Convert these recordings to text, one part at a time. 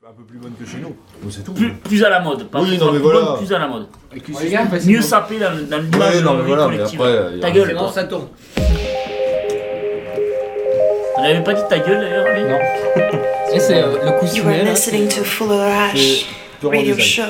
Un peu plus bonne que chez nous. C'est tout. Plus à la mode. Pas oui, plus, non, mais voilà. bonne, plus à la mode. Les gars, mieux sapé dans l'image collective. Après, ta gueule, non, toi. ça tombe. On n'avait pas dit ta gueule d'ailleurs, Ali. Non. Et c'est le coup You are listening to Fuller Ash Radio Show.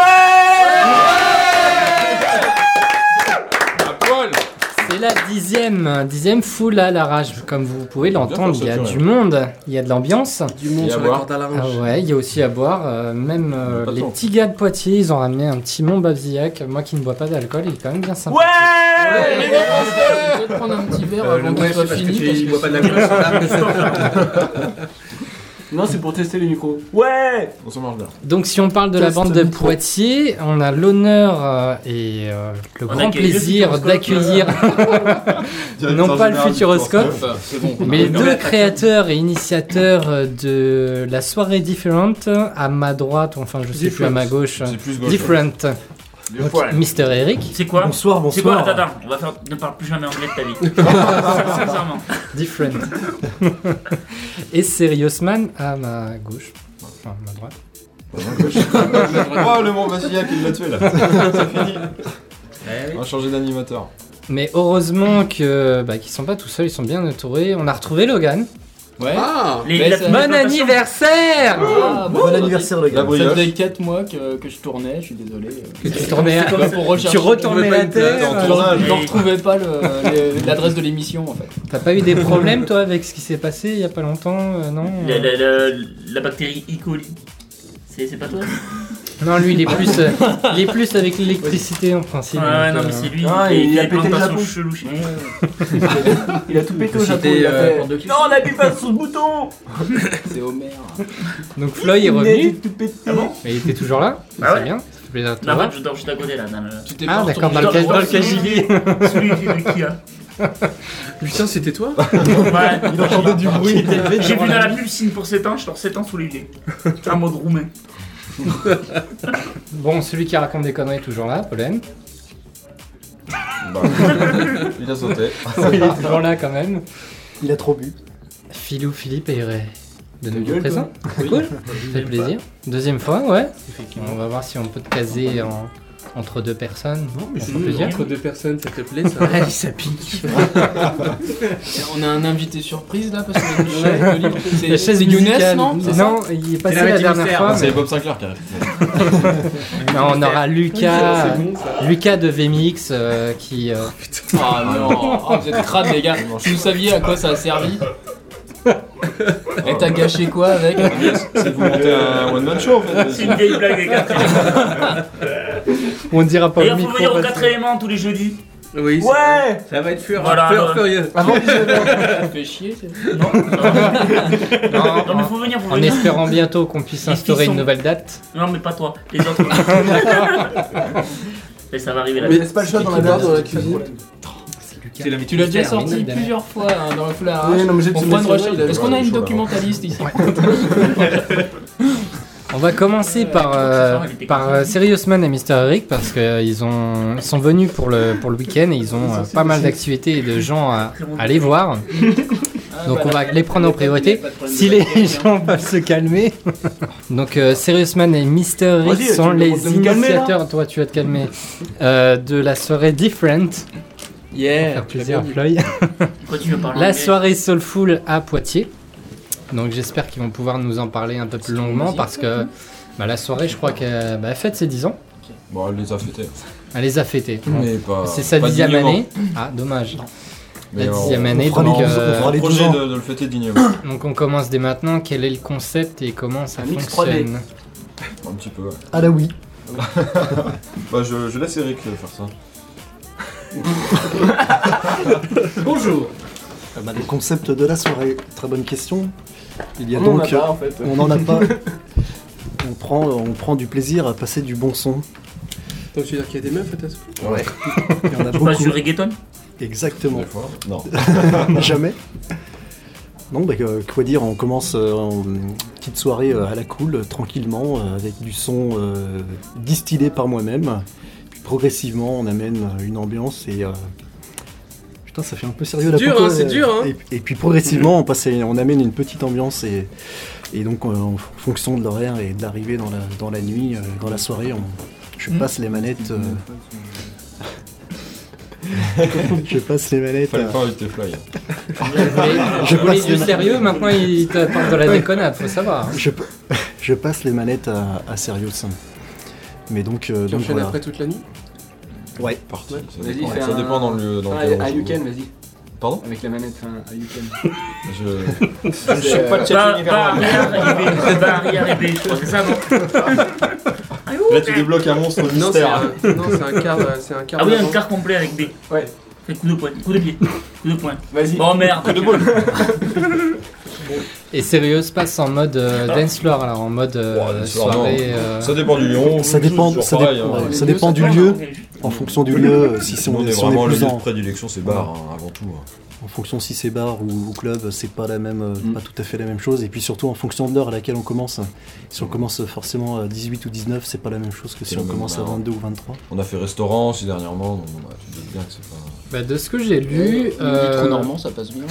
C'est la dixième full à l'arrache. Comme vous pouvez l'entendre, il y a du monde, il y a de l'ambiance. Du monde sur la corde à linge. Ah ouais, il y a aussi à boire. Même les petits gars de Poitiers, ils ont ramené un petit Mont Babzillac. Moi qui ne bois pas d'alcool, il est quand même bien sympa. Ouais, je vais prendre un petit verre avant qu'il soit fini. Parce que bois pas d'alcool. Non, c'est pour tester les micros. Ouais. On s'en marche bien. Donc si on parle de la bande de Poitiers, on a l'honneur et le grand plaisir d'accueillir non pas le Futuroscope, mais les deux créateurs et initiateurs de la soirée Different, à ma droite, enfin je sais plus à ma gauche, Different. Mr. Eric. C'est quoi? Bonsoir. C'est quoi? Attends, on va faire. Ne parle plus jamais anglais de ta vie. Sincèrement. Different. Et Serious Man à ma gauche. Enfin, à ma droite. Oh, le Mont Babzillac, il l'a tué là. C'est fini. On va changer d'animateur. Mais heureusement qu'ils sont pas tout seuls, ils sont bien entourés. On a retrouvé Logan. Ouais. Ah, Bon anniversaire! Bon anniversaire, le gars. Ça faisait 4 mois que je tournais, je suis désolé. Tu tournais pour rechercher. Tu retournais la terre. Je ne retrouvais pas l'adresse de l'émission en fait. T'as pas eu des problèmes toi avec ce qui s'est passé il y a pas longtemps, non? La bactérie E. coli. C'est pas toi? Non, lui il est plus avec l'électricité en principe. Ouais, non, mais c'est lui. Il a pété le pas Japon. son chelou. Il a tout pété au Japon. Non, on appuie pas sur ce bouton. C'est Homer. Donc Floyd est revenu. Ah bon? Et il était toujours là. Ah C'est ouais. bien. Ça fait plaisir de te Non, voir. je dors juste à côté là. Ah d'accord, dans le KGB. Celui qui a. putain, c'était toi? Ouais. Il entendait du bruit. J'ai vu dans la pub signe pour 7 ans, je dors 7 ans sous les pieds. Un mode roumain. Bon, celui qui raconte des conneries est toujours là, Pollen. Il a sauté. Il est toujours là quand même. Il a trop bu. Philou Philippe est de nouveau gueule, présent. Cool, ça fait plaisir. Deuxième fois, ouais. On va voir si on peut te caser entre deux personnes. Non, mais Ça c'est fait plaisir. entre deux personnes, ça te plaît ça? Ouais, ça pique. On a un invité surprise là parce qu'on a une chaise de libre. La chaise c'est Younes, musicale. non? Non, il est passé C'est la l'invité dernière mystère. fois. C'est Bob Sinclair qui arrive. Non, on aura Lucas, C'est bon, ça. Lucas de VMix qui. Ah non, vous êtes crades les gars. Si vous saviez à quoi ça a servi. Et t'as gâché quoi avec? C'est vous montez un one-man show en fait. C'est une vieille blague des 4 éléments. On ne dira pas Et le il faut micro. venir aux parce 4 que- éléments tous les jeudis. Oui, Ouais. ça va être Voilà. furieux. Avant que Ça fait chier. Non, non, mais faut venir, faut En venir. espérant bientôt qu'on puisse Les instaurer filles une sont- nouvelle date. Non, mais pas toi, les autres. Mais ça va arriver là. Mais laisse pas le choix dans la barre dans la cuisine. C'est la Tu l'as déjà sorti plusieurs fois hein, dans le foulard. Oui, non, mais j'ai On tout fera une laissé, recherche. il a- Est-ce qu'on a Ouais, une chaud, là. documentaliste ici? On va commencer par Serious Man et Mr. Eric parce qu'ils sont venus pour le week-end et ils ont pas mal d'activités et de gens à aller voir. Donc on va les prendre en priorité. Si les gens peuvent se calmer. Donc Serious Man et Mr. Eric Vas-y, sont tu me les demandes de me calmer, initiateurs, toi tu vas te calmer, de la soirée Different. Yeah. Faire plaisir à Floyd. Pourquoi tu veux parler La anglais? soirée Soulful à Poitiers. Donc j'espère qu'ils vont pouvoir nous en parler un peu plus longuement parce que la soirée, je crois qu'elle fête ses 10 ans. Bon, elle les a fêtés. Elle les a fêtées. Mais pas. C'est sa pas 10e dignement. année. Ah, dommage. Mais La on- 10e année. fera Donc, les 12 on fera les 12 projet ans. de le fêter dignement. donc on commence dès maintenant. Quel est le concept et comment ça Un mix fonctionne? Un petit peu, ouais. Ah là oui. Bah, je laisse Eric faire ça. Bonjour. Le concept de la soirée. Très bonne question. Il y a On en a donc. pas, en fait. On n'en a pas. On prend du plaisir à passer du bon son. Donc tu veux dire qu'il y a des meufs à ta soirée? Ouais. Il y en a Tu passes beaucoup. du reggaeton? Exactement. Des fois. Non. Jamais. Non, quoi dire, on commence en petite soirée à la cool, tranquillement, avec du son distillé par moi-même. Puis progressivement, on amène une ambiance et putain, ça fait un peu sérieux là. C'est dur, hein. Et puis progressivement, on amène une petite ambiance et donc en fonction de l'horaire et de l'arrivée dans la nuit, dans la soirée, je passe les manettes. Je passe les manettes. Fallait pas inviter Fly. Je voulais du sérieux, maintenant il te parle de la déconnade, faut savoir. Je passe les manettes à Serious. Mais donc. Tu enchaînes voilà. après toute la nuit? Ouais. Parti. Vas-y, fais Ça dépend dans le lieu. You can, vas-y. Pardon? Avec la manette, You can. Je suis pas de arrière et B, je crois que c'est ça, non? Là, tu débloques un monstre mystère. Non, c'est un quart. Ah oui, un quart complet avec B. Ouais. Fait coup de poing, coup de pied, coup de poing. Vas-y. Oh merde. Coup de boule. Et Serious passe en mode dance floor, alors en mode soirée. Ça dépend du lieu. Ça dépend du lieu. En fonction du lieu, si on est vraiment le plus lieu de prédilection, c'est bar avant tout. En fonction si c'est bar ou club, c'est pas la même, pas tout à fait la même chose. Et puis surtout en fonction de l'heure à laquelle on commence. Si on commence forcément à 18 ou 19, c'est pas la même chose que si on commence à 22 ou 23. On a fait restaurant aussi dernièrement, donc tu te dis bien que c'est pas. Bah, de ce que j'ai lu, Trou normand, ça passe bien.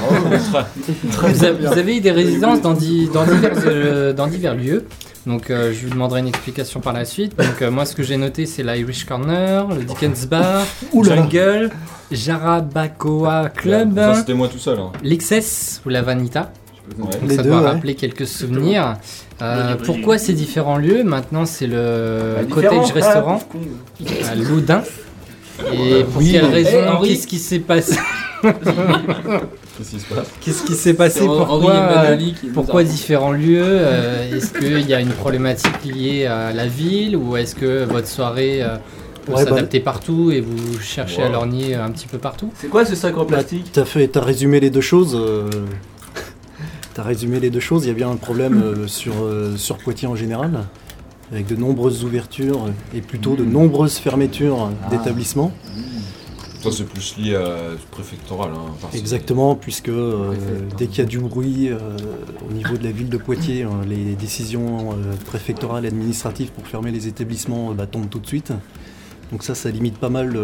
Vous avez eu des résidences dans divers lieux. Donc je vous demanderai une explication par la suite. Donc moi ce que j'ai noté c'est l'Irish Corner, le Dickens Bar, Jungle, Jarabacoa Club, Ça c'était moi tout seul. l'Excess ou la Vanita. Ouais. Donc ça doit rappeler quelques souvenirs. Pourquoi ces différents lieux? Maintenant c'est le cottage restaurant à Loudun. Et pour quelle raison? Qu'est-ce qui s'est passé? Qu'est-ce qui se passe? Qu'est-ce qui s'est passé? Pourquoi différents lieux? Est-ce qu'il y a une problématique liée à la ville ou est-ce que votre soirée peut s'adapter partout et vous cherchez à lorgner un petit peu partout? C'est quoi ce sac en plastique? T'as résumé les deux choses. Il y a bien un problème sur Poitiers en général, avec de nombreuses ouvertures et plutôt de nombreuses fermetures d'établissements. Ça c'est plus lié à préfectoral. Exactement, puisque dès qu'il y a du bruit au niveau de la ville de Poitiers, les décisions préfectorales et administratives pour fermer les établissements tombent tout de suite. Donc ça limite pas mal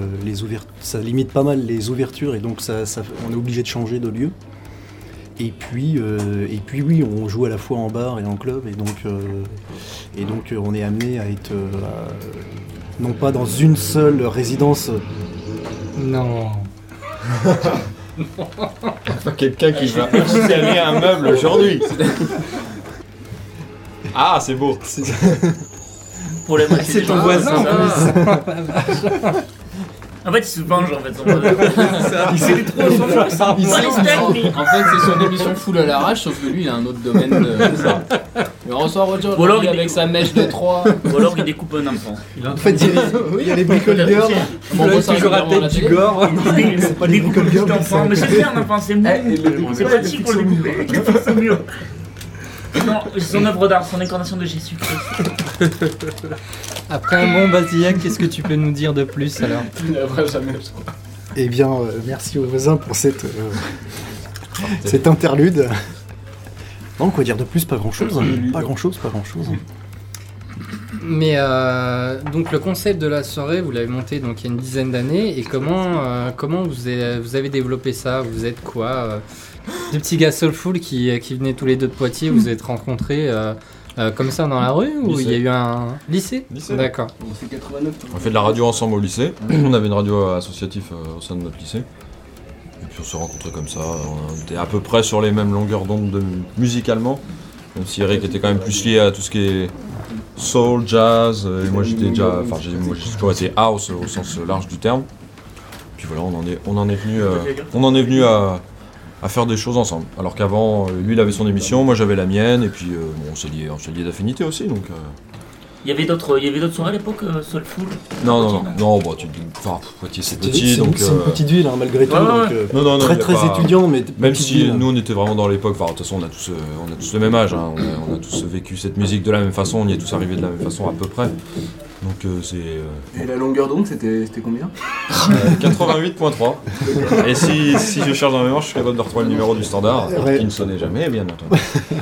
les ouvertures et donc on est obligé de changer de lieu. Et puis oui, on joue à la fois en bar et en club et donc on est amené à être non pas dans une seule résidence. Non. Pas quelqu'un qui va installer un meuble aujourd'hui. Ah, c'est beau. Pour la moitié C'est ton voisin en plus. En fait, il se venge en fait. Il s'est trop son En fait, c'est son émission full à l'arrache, sauf que lui, il a un autre domaine de ça. Il reçoit Roger avec sa mèche de 3. Ou alors il découpe un enfant. En fait, il y a les bricoleurs. On voit toujours la tête du gore. C'est pas des bricoleurs d'enfant. Mais c'est bien un enfant, c'est mou. C'est pratique pour le découper. C'est mieux. Non, c'est son œuvre d'art, son incarnation de Jésus-Christ. Après un bon Basillac, qu'est-ce que tu peux nous dire de plus alors? Eh bien, merci aux voisins pour cet interlude. Non, quoi dire de plus? Pas grand-chose. Pas grand-chose. Mais donc le concept de la soirée, vous l'avez monté donc il y a une dizaine d'années. Et comment vous avez développé ça? Vous êtes quoi? Deux petits gars soulful qui venaient tous les deux de Poitiers, vous êtes rencontrés comme ça dans la rue ou il y a eu un lycée? D'accord. C'est 89. On fait de la radio ensemble au lycée. On avait une radio associative au sein de notre lycée. Et puis on s'est rencontrés comme ça. On était à peu près sur les mêmes longueurs d'onde musicalement. Même si Eric était quand même plus lié à tout ce qui est soul, jazz. Et moi j'ai toujours été house au sens large du terme. Puis voilà, on en est venu à faire des choses ensemble. Alors qu'avant, lui il avait son émission, moi j'avais la mienne, et puis on s'est lié d'affinité aussi. Donc, Il y avait d'autres soirées à l'époque, Soulful? Non, Poitiers c'est petit, donc... C'est une petite ville malgré tout, non, très étudiant, mais même si nous on était vraiment dans l'époque, de toute façon on a tous le même âge, on a tous vécu cette musique de la même façon, on y est tous arrivés de la même façon à peu près. Donc c'est... Et la longueur d'onde c'était combien? 88.3. Et si je cherche dans la mémoire, je suis capable de retrouver le numéro du standard, qui ne sonnait jamais bien entendu.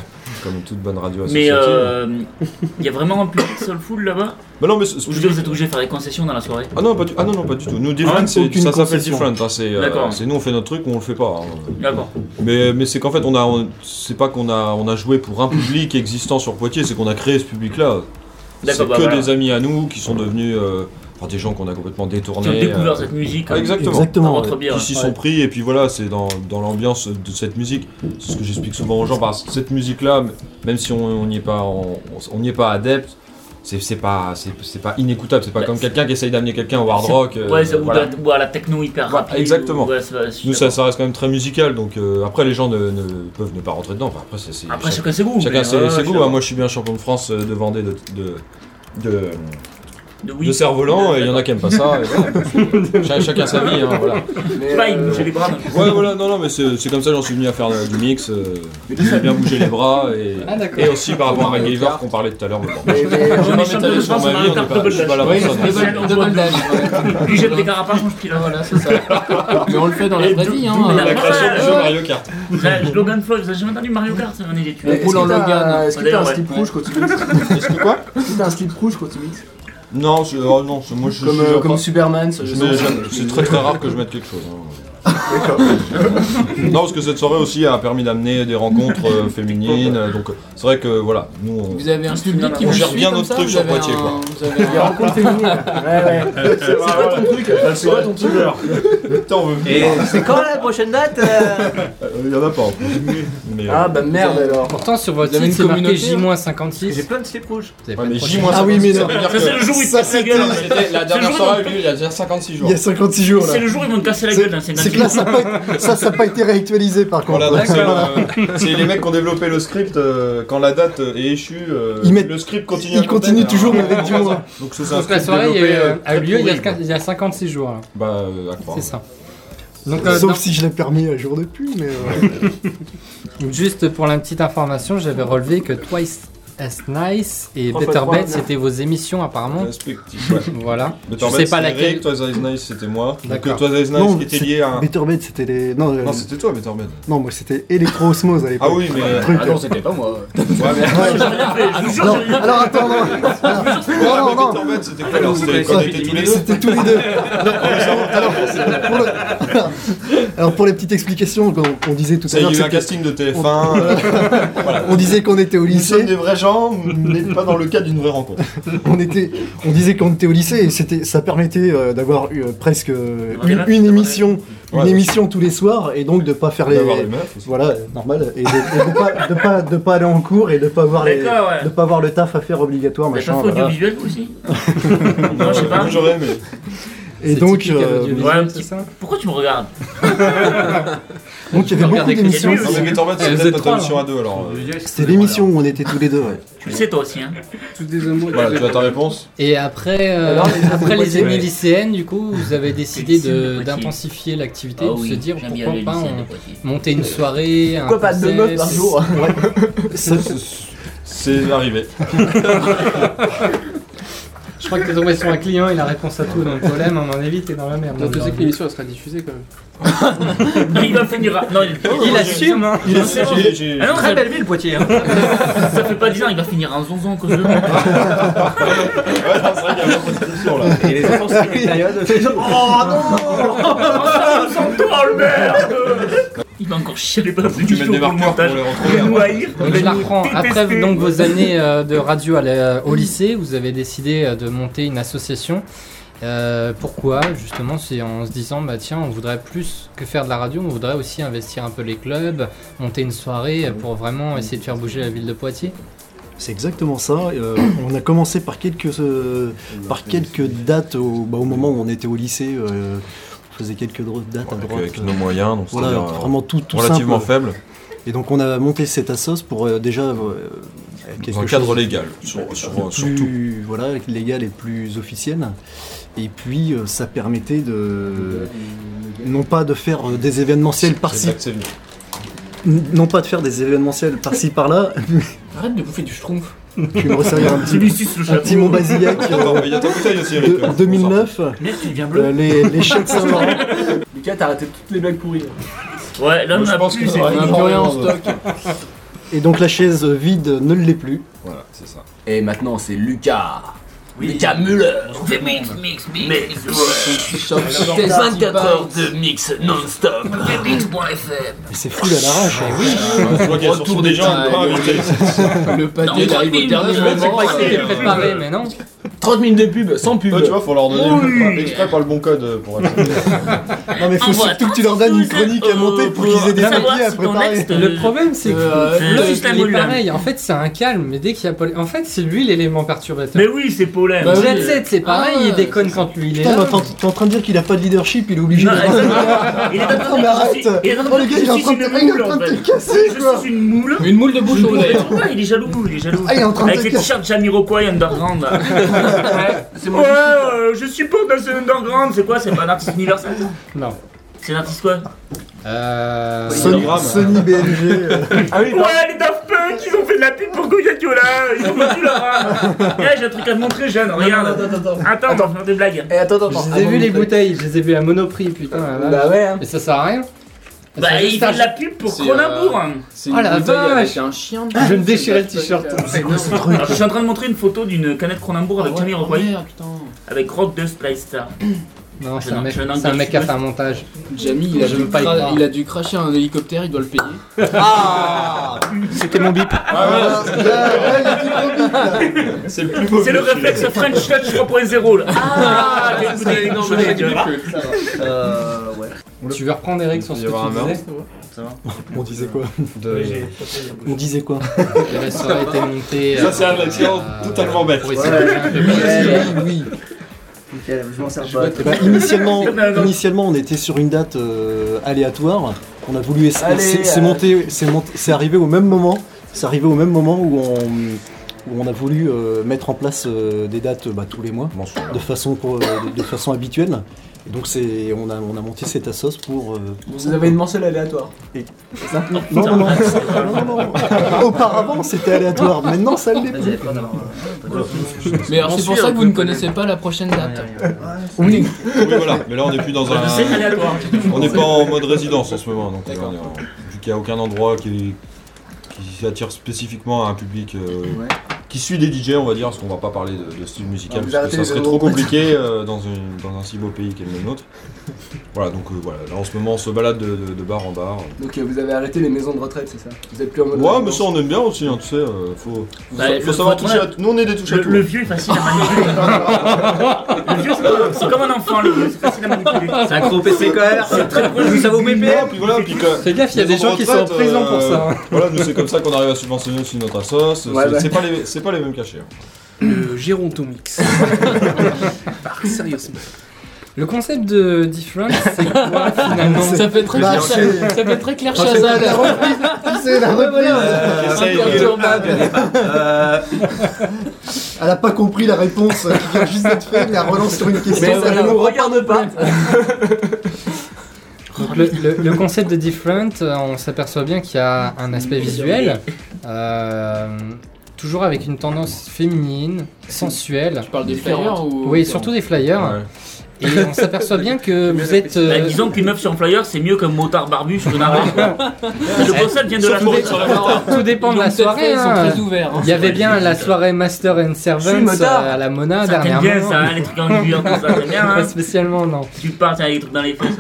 comme toute bonne radio Mais associative. il y a vraiment un public soulful là-bas. Bah non, mais Ou je veux dire, vous êtes obligé de faire des concessions dans la soirée. ah non, pas du tout. Nous, Different, ça s'appelle Different. Hein, c'est nous, on fait notre truc ou on le fait pas. Hein. D'accord. Mais c'est qu'en fait, c'est pas qu'on a joué pour un public existant sur Poitiers, c'est qu'on a créé ce public-là. C'est que des amis à nous qui sont devenus des gens qu'on a complètement détournés. Qui ont découvert cette musique. Exactement. Votre bière. Qui s'y sont pris, et puis voilà, c'est dans l'ambiance de cette musique. C'est ce que j'explique souvent aux gens, parce que cette musique-là, même si on n'y est pas adepte, c'est pas inécoutable, c'est pas comme quelqu'un qui essaye d'amener quelqu'un au hard rock. Ou à la techno hyper rapide. Exactement. Nous, ça reste quand même très musical, donc après les gens peuvent ne pas rentrer dedans. Enfin, après chacun ses goûts. Chacun ses goûts. Moi, je suis bien champion de France de Vendée de cerf-volant, et il y en a qui aiment pas ça. Et voilà. Chacun sa vie, hein, voilà. Il bougeait les bras. Ouais, voilà, non, mais c'est comme ça que j'en suis venu à faire du mix. J'ai bien bougé les bras, et aussi par rapport à MacGyver qu'on parlait tout à l'heure. Je vais pas m'étaler sur ma vie, je suis pas là pour ça. Double dash. Puis jette des carapaces, on se pile. Voilà, c'est ça. Mais on le fait dans la vraie vie, hein. La création du jeu Mario Kart. Logan Floyd, vous avez jamais entendu Mario Kart? C'est un des études. On roule en Logan. Est-ce que t'as un slip rouge quand tu mixes? Est-ce que quoi? Est-ce que t'as un slip rouge quand tu mixes? Non, moi je suis comme Superman, c'est très très rare que je mette quelque chose. D'accord. Non, parce que cette soirée aussi a permis d'amener des rencontres féminines, donc c'est vrai que voilà, nous vous avez un public qui on vous gère suit bien comme notre ça, truc sur Poitiers, quoi. Vous avez Des rencontres féminines. Ouais. C'est quoi ton truc? C'est quoi ton tueur? T'en veux. Et c'est quand la prochaine date? Il y en a pas en plus. Mais, Ah bah merde alors. Pourtant, sur votre Vous avez site, une c'est marqué communauté, J-56. J'ai plein de slips rouges. Vous avez ouais, pas de mais prochaine- J-56, Ah oui, mais non. ça veut dire Ça, c'est le jour où ils te cassent la gueule. c'était la dernière soirée a eu lieu il y a déjà 56 jours. Il y a 56 jours là. C'est le jour où ils vont te casser la gueule dans C'est que là, ça n'a pas été réactualisé par contre. Voilà, donc c'est les mecs qui ont développé le script, quand la date est échue, le script continue. Il continue toujours, mais avec du moins. Donc c'est un Donc la script soirée développé, a eu lieu très pourri, il y a 56 jours. Là. Bah, à croire. C'est ça. Donc, Sauf si je l'ai permis un jour de pluie, mais. juste pour la petite information, j'avais relevé que Twice as Nice et Better Bed c'était vos émissions apparemment. Respectif, ouais. Voilà. Better Je Bed, sais pas c'était laquelle. Eric, Twice as Nice c'était moi. Donc D'accord. Twice as Nice Non, qui était lié à. Better Bed, c'était les. Non, Non, c'était toi, Better Bed. non, moi c'était Electro-Osmose à l'époque. Ah oui, mais. Ah non, c'était pas moi. Ouais, mais. Non, alors attends, non. Non. Better Bed, c'était quoi alors? C'était quand on était tous les deux. C'était tous les deux. Alors pour les petites explications, on disait tout à Ça y l'heure. a eu un c'était- casting de TF1. On disait qu'on était au Nous sommes lycée. des vrais gens, mais pas dans le cadre d'une vraie rencontre. On disait qu'on était au lycée et ça permettait d'avoir presque une émission, Ouais, émission tous les soirs et donc de pas faire les. D'avoir les meufs aussi. Voilà, normal. Et de pas aller en cours et de pas avoir D'accord, ouais. de pas avoir le taf à faire obligatoire, T'as machin. pas fait voilà. audiovisuel aussi? Non, je sais pas. Moi, j'aurais aimé. Et C'est donc, typique à l'audiovisuel, ouais, un c'est petit- ça. Pourquoi tu me regardes? donc il y avait beaucoup regardez que d'émissions. les Non, mais Better Bed, c'est Vous peut-être êtes notre trois, émission à deux alors. C'était l'émission où on était tous les deux. Ouais. Tu le sais toi aussi, hein? Tous des homos. Voilà, tu as ta réponse. Et après, Alors, après les Poitiers, années ouais. lycéennes, du coup, vous avez décidé Félicite de Poitiers. d'intensifier l'activité, Ah de oui, se dire j'aime bien pourquoi le pas lycée de on Poitiers. monter une soirée, un Pourquoi pas deux meufs par concept. jour? C'est arrivé. Je crois que t'es tombé sur un client, il a réponse à tout, donc problème, à mon avis, t'es dans la merde. Donc tu sais que l'émission elle sera diffusée quand même. Il va finir à... Non, Il assume, hein. Il est Ah non, Très belle ville, Poitiers. Hein. ça fait pas 10 ans, il va finir en zonzon à cause de moi. Ouais, non, c'est vrai qu'il y a beaucoup de discussions là. Et les enfants, c'est une période. Oh non! Central, merde! Il va encore chialer pas plus Tu mets des marqueurs pour les Il va retrouver. nous haïr. Donc je la reprends. Après détester. donc vos années de radio au lycée, vous avez décidé de monter une association. Pourquoi justement? C'est en se disant bah tiens, on voudrait plus que faire de la radio, on voudrait aussi investir un peu les clubs, monter une soirée pour vraiment essayer de faire bouger la ville de Poitiers. C'est exactement ça. On a commencé par quelques dates au moment où on était au lycée. On faisait quelques dates à droite. Avec nos moyens, donc Voilà, c'est-à-dire vraiment tout relativement simple. faible, Et donc on a monté cette assos pour déjà quelque dans un chose cadre légal, surtout. plus voilà, légal et plus officiel. Et puis ça permettait de non pas de faire des événementiels par-ci, C'est non pas de faire des événementiels par-ci par-là. Arrête de bouffer du schtroumpf. Je vais me resservir un petit le un petit Mont Basillac Attends, il y a ta bouteille aussi, Eric. de 2009. Merde, tu deviens bleu. Les chèques Saint-Laurent. Lucas, t'as arrêté toutes les blagues pourries. Ouais, là on Moi, je a pense plus, que c'est ça On a va fini. plus rien en énormément stock. Et donc la chaise vide ne l'est plus. Voilà, c'est ça. Et maintenant, c'est Lucas. Lucas Müller. On fait mix. 24 heures de mix non-stop. Mix.fm. Et c'est full à l'arrache. Je vois qu'il y a surtout des gens pas invités. Le pâté il arrive au dernier moment. C'est préparé, mais non. 30 minutes de pub, sans pub. Tu vois, faut leur donner exprès pas le bon code pour être. Non mais faut surtout que tu leur donnes une chronique à monter pour qu'ils aient des papiers à préparer. Le problème, c'est que le système il est pareil. En fait, c'est un calme, mais dès qu'il y a Paul. En fait, c'est lui l'élément perturbateur. Mais oui, c'est Paulin. Bah, Jet Set, c'est pareil, il déconne quand lui il est Putain, là. t'es en train de dire qu'il a pas de leadership, il est obligé de... Il est en train mais arrête. de dire Oh le gars, il est en train de te casser quoi. Je suis une moule. Une moule de bouchon d'ailleurs. Il est jaloux. Ah, il est en train de Avec te les casser. t-shirts Jamiroquai Underground. Ouais, je supporte dans ce Underground. C'est quoi? C'est pas un artiste universel? Non. C'est un artiste quoi? Sony BLG. Ah oui, ouais, les Daft Punk, ils ont fait de la pub pour Goya Diola. Ils ont vendu leur âme. J'ai un truc à te montrer, Jeanne. Regarde. Attends, on va faire des blagues. Attends. Je les ai vus les bouteilles, je les ai vus à Monoprix, putain. Bah ouais, hein. Mais ça sert à rien. Bah, il fait de la pub pour C'est, Cronenbourg. C'est Oh la bouteille vache. avec un chien. Je me déchirais le t-shirt. C'est quoi ce truc? Alors, je suis en train de montrer une photo d'une canette Cronenbourg avec Jamiroquai. Putain. Avec Rock Dust Playstar. Non, Je c'est un mec n'engage qui a fait un montage. Jamie, Je veux pas y croire. il a dû cracher un hélicoptère, il doit le payer. Ah, c'était mon bip. C'est le plus beau. C'est le réflexe French Touch 3.0 là. Ah, j'ai écouté avec nos cheveux. Ouais. Tu veux reprendre Eric sur ce que Il va y avoir tu un disais? On disait quoi? De... On disait quoi? La soirée était montée. Ça, c'est un accident totalement bête. Pour essayer de faire un peu plus. Oui. Nickel, je m'en sers pas. Eh ben, initialement, on était sur une date aléatoire. On a voulu essayer. C'est arrivé au même moment. C'est arrivé au même moment où on a voulu mettre en place des dates tous les mois, de façon habituelle. Et donc on a monté cette assos pour. Vous avez une mensuelle aléatoire. Non. Auparavant, c'était aléatoire. Maintenant, ça l'est plus. Mais alors c'est pour ça que vous ne connaissez pas la prochaine date. Oui. Oui, voilà. Mais là, on n'est plus dans un. C'est aléatoire. On n'est pas en mode résidence en ce moment. Donc, vu qu'il n'y a aucun endroit qui attire spécifiquement un public qui suit des DJ, on va dire, parce qu'on va pas parler de style musical, parce que ça serait trop compliqué dans un si beau pays qu'est le nôtre. Voilà, donc voilà, là en ce moment on se balade de bar en bar. Donc vous avez arrêté les maisons de retraite, c'est ça? Vous êtes plus en mode. Ouais, mais ça on aime bien aussi, hein, tu sais, faut savoir toucher à tout. Nous on est des touches à tout. Le vieux est facile à manipuler. Le vieux c'est comme un enfant, le vieux, c'est facile à manipuler. C'est un gros PC quand même. C'est très proche, ça vaut BPM. Puis voilà, puis Fais gaffe, il y a des gens qui sont en prison pour ça. Voilà, nous c'est comme ça qu'on arrive à subventionner aussi notre assos. C'est pas les mêmes cachets. Le Gérontomix. Sérieusement. Le concept de Different, c'est quoi finalement? Ça fait très clair, ça fait très clair Chazal. C'est la Elle a pas compris la réponse qui vient juste d'être faite, mais elle relance sur une question. Mais ça ne nous regarde pas. Donc le concept de Different, on s'aperçoit bien qu'il y a un aspect visuel, toujours avec une tendance féminine, sensuelle. Tu parles des flyers ou... Oui, surtout des flyers. Ouais. Et on s'aperçoit bien que vous êtes... disons qu'une meuf sur un flyer, c'est mieux qu'un motard barbu sur une arène. Le concept vient de la faute. Tout dépend de la soirée. Ils sont très ouverts. Il y avait bien la soirée Master and Servants à la Mona dernièrement. T'aimes bien ça, les trucs en cuir, tout ça, t'aimes bien hein? Pas spécialement, non. Tu pars, t'as les trucs dans les fesses.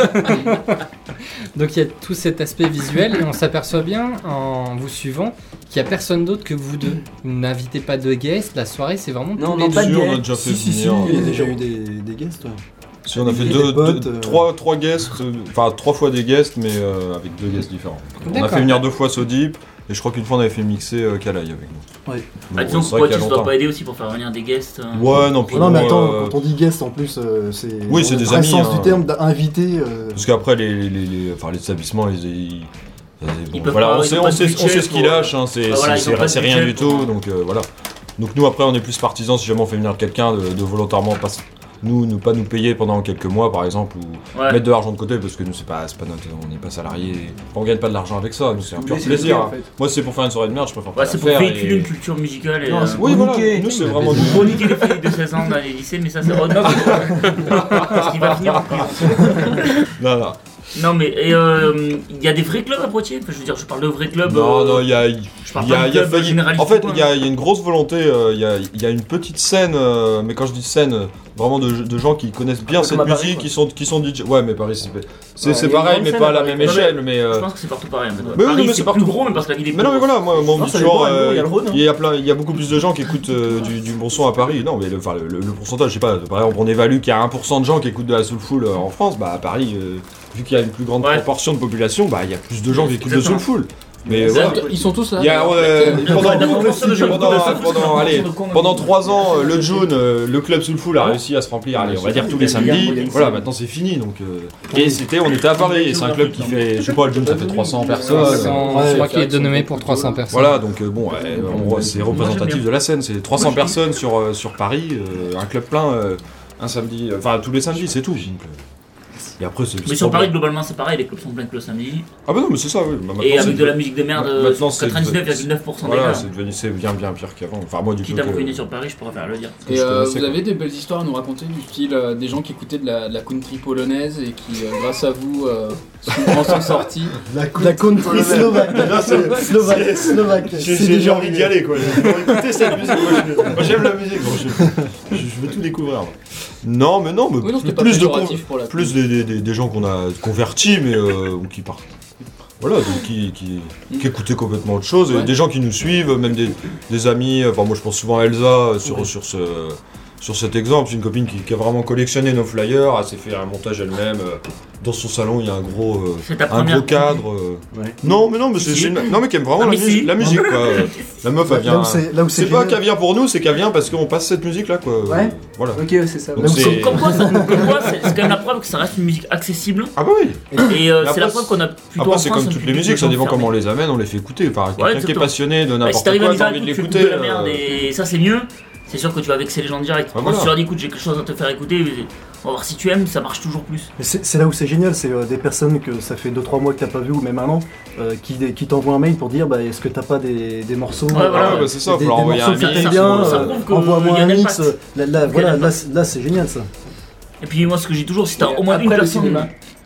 Donc il y a tout cet aspect visuel et on s'aperçoit bien en vous suivant qu'il n'y a personne d'autre que vous deux. Vous n'invitez pas de guests, la soirée c'est vraiment tous les deux. On a déjà fait venir. Il y a déjà eu des guests. Si on a fait trois guests, enfin 3 fois des guests, mais avec 2 guests différents. On a fait venir 2 fois Sodip, et je crois qu'une fois on avait fait mixer Kalaï avec nous. Ouais. Bah disons que pourquoi tu ne dois pas aider aussi pour faire venir des guests Ouais, non, puis non, mais attends, quand on dit guest en plus, c'est. Oui, c'est des amis. sens du terme d'invité. Parce qu'après, les établissements, Bon, voilà, on sait ce qu'ils lâchent, hein, c'est rien du tout, donc voilà. Donc nous après on est plus partisans si jamais on fait venir quelqu'un de volontairement pas nous payer pendant quelques mois par exemple ou mettre de l'argent de côté parce que nous c'est pas notre, on n'est pas salariés, on gagne pas de l'argent avec ça, nous c'est un pur plaisir. En fait. Moi c'est pour faire une soirée de merde, je préfère pas c'est pour véhiculer une culture musicale et oui voilà, nous c'est vraiment pour niquer les filles de 16 ans dans les lycées mais ça c'est autre chose. Parce qu'il va finir en prison. Non. Non, mais il y a des vrais clubs à Poitiers. Enfin, je veux dire, je parle de vrais clubs. Non, il y a. Je parle pas de clubs généralistes. En fait, il y a une grosse volonté. Il y a une petite scène, mais quand je dis scène, vraiment de gens qui connaissent bien cette musique, qui sont DJ. Ouais, mais Paris, c'est pareil, mais pas à la même échelle. Mais je pense que c'est partout pareil. Mais oui, Paris, mais c'est plus gros, mais parce que la ville est plus. Mais non, mais voilà, moi on dit toujours. Il Il y a beaucoup plus de gens qui écoutent du bon son à Paris. Non, mais le pourcentage, je sais pas. Par exemple, on évalue qu'il y a 1% de gens qui écoutent de la soulful en France. Bah à Paris, vu qu'il y a une plus grande proportion de population, bah il y a plus de gens qui écoutent de soulful. Mais voilà. Ils sont tous là. Il y a, pendant 3 ans, le June, le club Soulful a réussi à se remplir, allez, on va dire tous les samedis. Voilà, maintenant c'est fini. Donc, et on était à Paris, et c'est un club qui fait, je sais pas, le June ça fait 300 personnes. Je crois qu'il est dénommé pour 300 personnes. Voilà, donc bon, c'est représentatif de la scène, c'est 300 personnes sur Paris, un club plein, un samedi, enfin tous les samedis, c'est tout. Et après, mais sur Paris, globalement, c'est pareil, les clubs sont pleins que le samedi. Ah bah non, mais c'est ça, oui. Et avec de la musique de merde, 99,9% des voilà, c'est bien pire qu'avant. Enfin, moi, du coup. Quitte à me ruiner sur Paris, je pourrais le dire. Et vous avez des belles histoires à nous raconter, du style des gens qui écoutaient de la country polonaise et qui, grâce à vous, sont sortis. La country slovaque. Là, c'est slovaque. J'ai envie d'y aller, quoi. Écoutez cette musique, moi j'aime la musique, je veux tout découvrir. Non, mais plus des gens qu'on a convertis, mais qui partent. Voilà, donc qui écoutaient complètement autre chose, et des gens qui nous suivent, même des amis. Enfin, moi je pense souvent à Elsa sur cet exemple. C'est une copine qui a vraiment collectionné nos flyers, elle s'est fait un montage elle-même. Dans son salon, il y a un gros cadre. Non, mais mais qui aime vraiment la musique, quoi. La meuf, elle vient. C'est pas qu'elle vient pour nous, c'est qu'elle vient parce qu'on passe cette musique-là, quoi. Ouais. Voilà. Ok, c'est ça. Comme quoi, c'est quand même la preuve que ça reste une musique accessible. Ah bah oui. Et c'est la preuve qu'on a plutôt. Après, c'est comme toutes les musiques, ça dépend comment on les amène, on les fait écouter. Enfin, quelqu'un qui est passionné de n'importe quoi, t'as envie de l'écouter. La merde et ça, c'est mieux. C'est sûr que tu vas vexer les gens direct. Quand tu leur dis écoute, j'ai quelque chose à te faire écouter, on va voir si tu aimes, ça marche toujours plus. C'est là où c'est génial, c'est des personnes que ça fait 2-3 mois que t'as pas vu ou même 1 an qui t'envoient un mail pour dire est-ce que t'as pas des morceaux c'est ça, faut leur envoyer un mix. Envoie-moi un mix. Là c'est génial ça. Et puis moi ce que j'ai toujours, si t'as au moins une personne.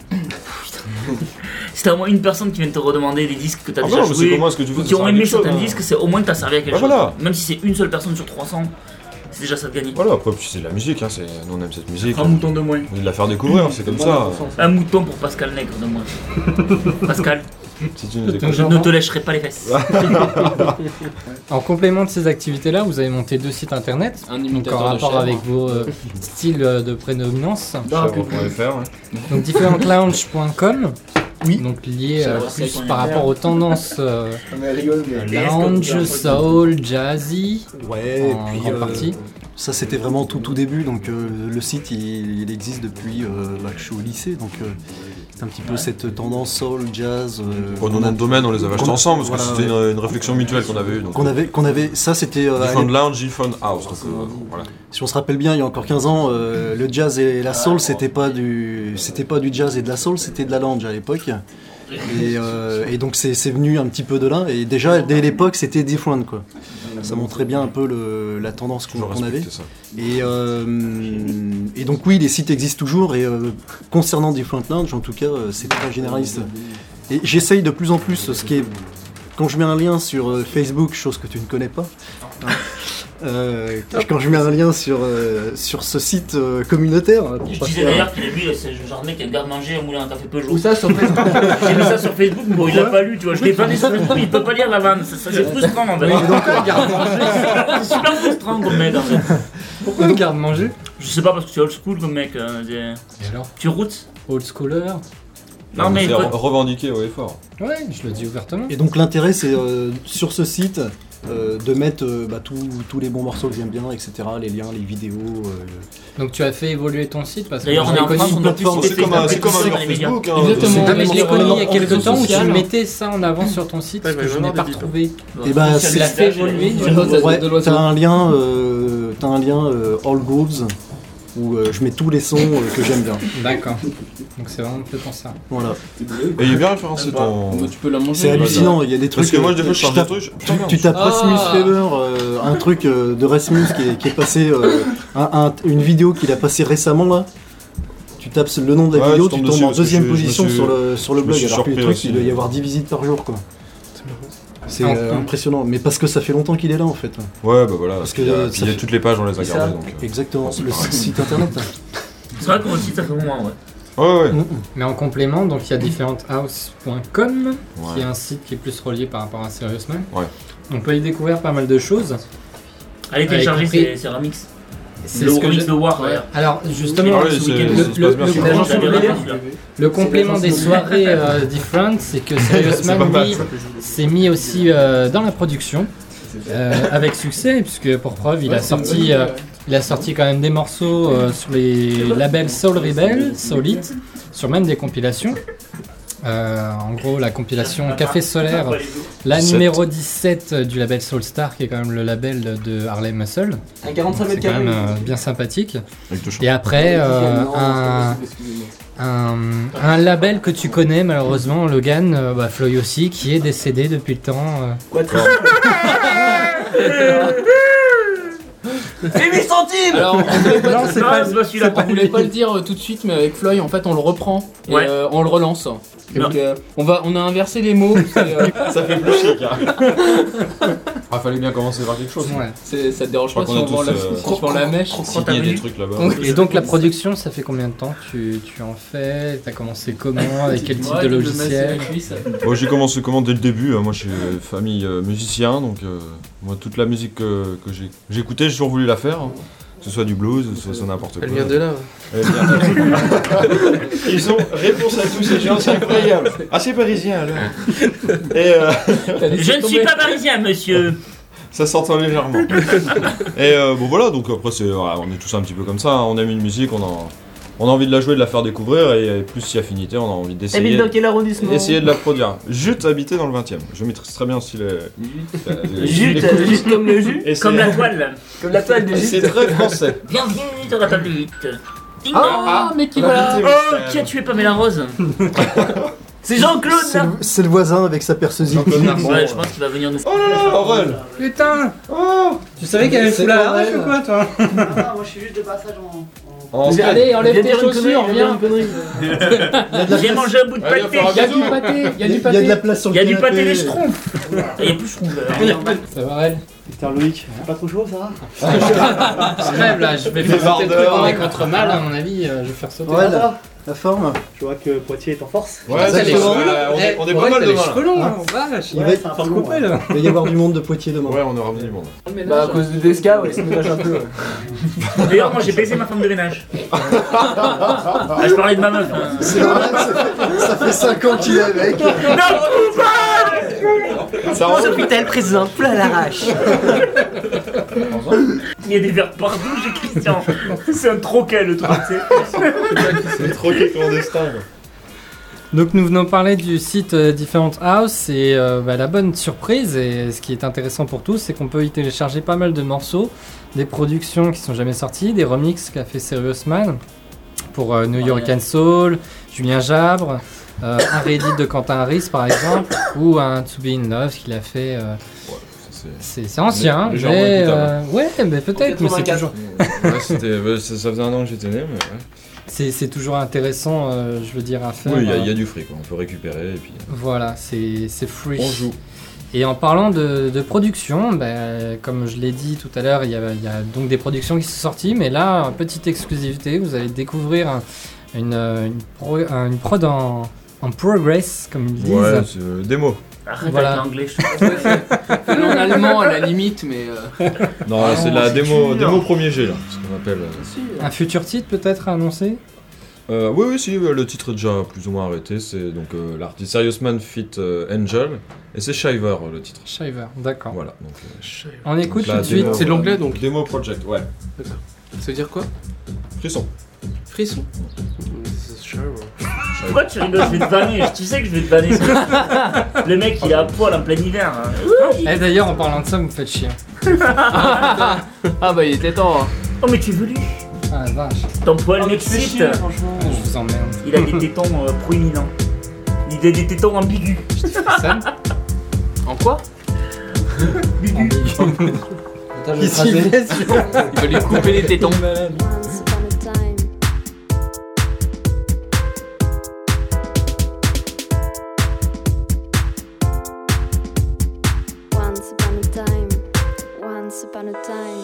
Si t'as au moins une personne qui vient te redemander des disques que t'as déjà joué, ou qui ont aimé certains disques, c'est au moins que t'as servi à quelque chose. Même si c'est une seule personne sur 300, c'est déjà ça de gagner. Voilà, après c'est de la musique, nous on aime cette musique. Un mouton de moins. On de la faire découvrir, c'est comme ça. Un mouton pour Pascal Nègre de moins. Pascal, je ne te lècherai pas les fesses. En complément de ces activités-là, vous avez monté 2 sites internet, donc en rapport avec vos styles de prédominance. Donc differentlounge.com. Oui. Donc lié plus par rapport aux tendances lounge, soul, jazzy. Ouais, et puis partie. Ça c'était vraiment tout début, donc le site il existe depuis que je suis au lycée, donc c'est un petit peu cette tendance soul, jazz. Nos noms de domaine on les avait achetés ensemble parce que c'était une réflexion mutuelle qu'on avait eue. Qu'on avait, ça c'était... Different Lounge, Different House, donc voilà. Si on se rappelle bien, il y a encore 15 ans, le jazz et la soul c'était pas du jazz et de la soul, c'était de la lounge à l'époque. Et donc c'est venu un petit peu de là, et déjà dès l'époque c'était different quoi. Ça montrait bien un peu la tendance qu'on avait. Et donc oui, les sites existent toujours, et concernant Different Lounge en tout cas c'est très généraliste. Et j'essaye de plus en plus, quand je mets un lien sur Facebook, chose que tu ne connais pas, quand je mets un lien sur ce site communautaire. Je disais d'ailleurs qu'il est lui, c'est le genre de mec qui a le garde-manger au moulin à café Peugeot. Où ça sur Facebook? J'ai mis ça sur Facebook, bon il l'a pas lu, tu vois, je l'ai pas lu sur Facebook, il peut pas lire la vanne, c'est frustrant en fait. C'est super frustrant comme mec en fait. Pourquoi le garde-manger? Je sais pas, parce que tu es old school comme mec. Et alors? Tu routes? Old schooler? Non mais revendiquer haut et fort. Ouais, je le dis ouvertement. Et donc l'intérêt c'est sur ce site de mettre tous les bons morceaux que j'aime bien, etc. Les liens, les vidéos. Donc tu as fait évoluer ton site parce que d'ailleurs on est en France, on a plus c'est comme un Facebook. Exactement. Mais je l'ai connu il y a quelques temps où tu mettais ça en avant sur ton site, ce que je n'ai pas retrouvé. Et bah c'est la fait évoluer. T'as un lien All Grooves où je mets tous les sons que j'aime bien. D'accord. Donc c'est vraiment fait pour ça. Voilà. Et il est bien référencé ton... Tu peux la manger. C'est hallucinant, il y a des trucs... Parce que moi des fois je change de truc... Tu tapes Rasmus Fever, un truc de Rasmus qui est passé... une vidéo qu'il a passé récemment là. tapes le nom de la Ouais, vidéo, tu tu tombes tombes en dessus, deuxième parce que position je sur le me blog, suis alors que le surpris truc, aussi. il doit y avoir 10 visites par jour, quoi. C'est impressionnant, mais parce que ça fait longtemps qu'il est là, en fait. Ouais, bah voilà. Parce que il y a ça fait- toutes les pages, on les a Ça, gardées. Donc, exactement, c'est le pareil. site internet. C'est vrai que moi aussi, ça fait moins, ouais. Ouais. Mais en complément, donc il y a differenthouse.com, qui est Ouais. un site qui est plus relié par rapport à Serious Man. Ouais. On peut y découvrir pas mal de choses. Allez télécharger compris- ces remix. C'est Le ce que remix je- de War, Ouais. d'ailleurs. Alors justement, Ah oui, ce week-end, ça se passe bien, le- sur le- le- J'avais raté celui-là. le complément des soirées Different, c'est que Serious Man, pas mal, lui, ça. s'est mis aussi dans la production, avec succès, puisque pour preuve, il a sorti quand même des morceaux sur les labels Soul Rebel, Solid, sur même des compilations. En gros, la compilation Café Solaire, la 17. numéro 17 du label Soulstar, qui est quand même le label de Harlem Muscle. Un 45 C'est mètres quand carrés. même bien sympathique. Avec deux Et après, un label que tu connais malheureusement, Logan, Floyd aussi, qui est décédé depuis le temps. Fais 8 centimes. Alors, Non, c'est pas celui-là. on voulait pas le dire tout de suite, mais avec Floyd, en fait, on le reprend et Ouais. on le relance. Donc, on a inversé les mots. Ça fait plus chic. Ah, fallait bien commencer par quelque chose. Ouais. Ça te dérange pas Je si crois on qu'on vend a la, tous, si on vend la mèche Signer des trucs là-bas. Et donc la production, ça fait combien de temps tu en fais? T'as commencé comment? Avec quel type de logiciel? Bon, j'ai commencé comment dès le début. Moi, je suis famille musicien, donc moi toute la musique que j'écoutais, j'ai toujours voulu la faire. Hein. Que ce soit du blues, que ce soit n'importe quoi. Elle vient de là. Elle vient de là. Ils ont réponse à tous ces gens, c'est incroyable. Ah, c'est parisien alors. Et Je ne suis pas parisien, monsieur. ça s'entend légèrement. Et bon voilà, donc après on est tous un petit peu comme ça. Hein. On aime une musique, on a envie de la jouer, de la faire découvrir, et plus si affinité, on a envie d'essayer. T'habites dans quel arrondissement? Essayer de la produire. Jute habité dans le 20e. Je maîtrise très bien aussi les. Jute comme le jus. Et Comme c'est- la toile. Comme la toile de C'est jute. très français. Bienvenue dans la table de lutte. Ding dong. Ah, mais qui voilà. Oh, qui a tué Pamela Rose? C'est Jean-Claude là. C'est le voisin avec sa perceuse. Ouais, je pense qu'il va venir nous. Oh là là, Aurel. Putain! Oh. Tu savais qu'elle avait sous la hache ou quoi toi? Ah, moi je suis juste de passage en. Allez, enlève Viens tes dire une chaussures, connerie, viens. J'ai mangé un bout de Allez, pâté. on va Il y a faire du pâté, il y a du Il y a de pâté. la place sur Il le y a du canapé. pâté des schtroumpfs. Il y a plus schtroumpfs. Ça va elle? Putain, Loïc, c'est pas trop chaud ça? Je crève là, je vais Les faire sauter le truc bardeurs. avec contre mal à mon avis, je vais faire sauter. Ouais, la forme. Je vois que Poitiers est en force. Ouais, T'as les exactement. cheveux longs. On est Eh, pas ouais, mal t'as les demain. cheveux longs, Ah. vache. Il va Ouais, être c'est un Faut peu le couper là. Il va y avoir du monde de Poitiers demain. Ouais, on aura ramené du monde. Bah, à cause de Desca, ouais, ça me lâche un peu. D'ailleurs, moi j'ai baisé ma femme de ménage. Ah, je parlais de ma meuf. Hein. C'est normal, ça fait 5 ans qu'il est avec. Ça rend Sofitel présente, plein à l'arrache. Il y a des verres partout chez Christian. C'est un troquet le truc, tu sais. c'est troqué clandestin. Donc nous venons parler du site Different House et la bonne surprise et ce qui est intéressant pour tous c'est qu'on peut y télécharger pas mal de morceaux, des productions qui sont jamais sorties, des remixes qu'a fait Serious Man pour New York Soul, Julien Jabre, un Reddit de Quentin Harris par exemple ou un To Be In Love qu'il a fait. C'est ancien, légèrement mais écoutable. ouais, mais peut-être, mais c'est toujours. Ouais, ça faisait un an que j'étais né, mais ouais. C'est toujours intéressant, je veux dire, à faire. Oui, il y a du fric, quoi. On peut récupérer et puis. Voilà, c'est free. On joue. Et en parlant de production, comme je l'ai dit tout à l'heure, il y a donc des productions qui sont sorties, mais là, petite exclusivité, vous allez découvrir une prod en progress, comme ils disent. Ouais, c'est démo. Arrête Voilà. avec l'anglais, je te En allemand à la limite, mais. Non, là, c'est de la démo premier G, là, ce qu'on appelle. Un futur titre peut-être à annoncer. Oui, si, le titre est déjà plus ou moins arrêté. C'est donc l'artiste Serious Man Fit Angel, et c'est Shiver le titre. Shiver, d'accord. Voilà. Donc, On écoute donc tout de suite. C'est de l'anglais donc. Démo Project, ouais. Ça veut dire quoi? Frisson. Frisson. Pourquoi tu rigoles? Je vais te vanner. Tu sais que je vais te vanner. Le mec il est à poil en plein hiver. Hein. Et d'ailleurs, en parlant de ça, vous me faites chier. Ah bah il était temps. Oh mais tu es velu. Ah la vache, Ton poil m'excite. je vous emmerde. Il a des tétons proéminents. Il a des tétons ambigus. Ça, En quoi? il s'y fait, Il va lui couper les tétons. Once upon a time, upon a time.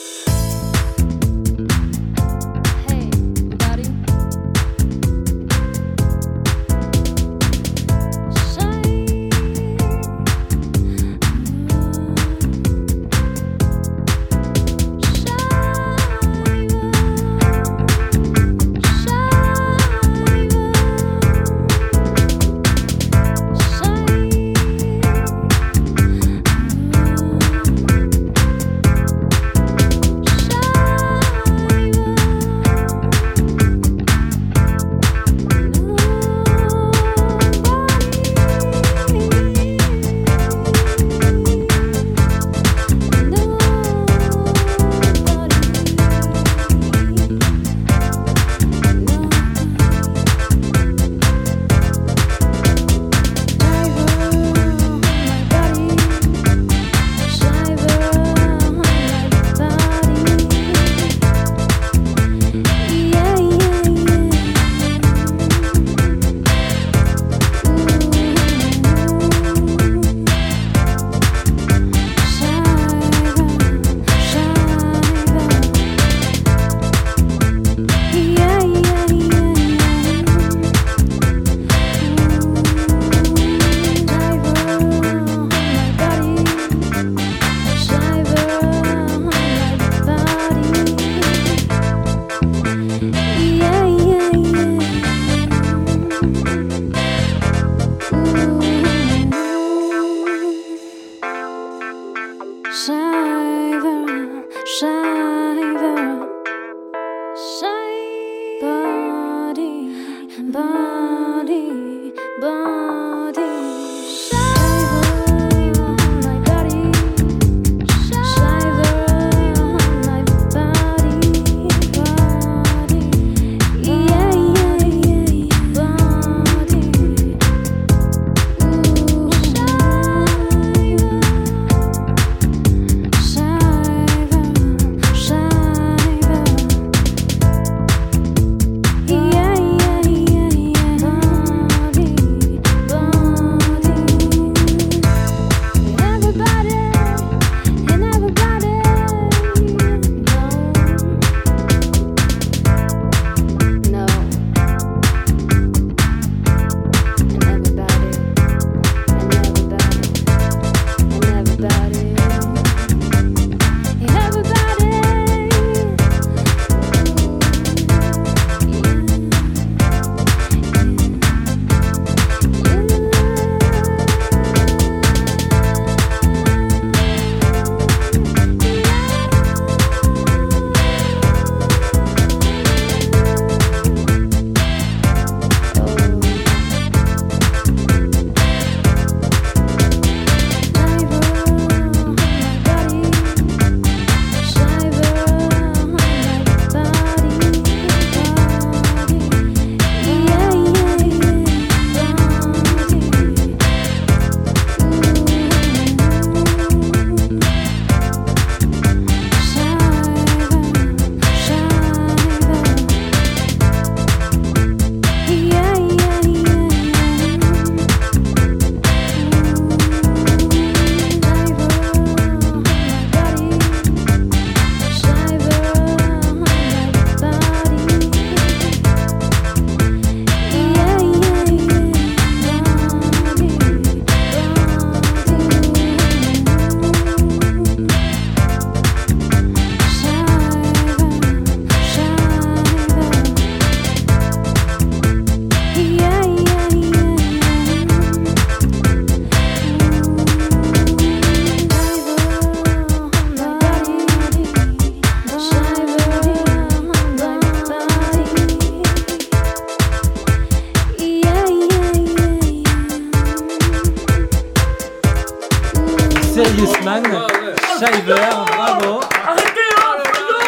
Serious Man, Shiver, bravo. Arrêtez là,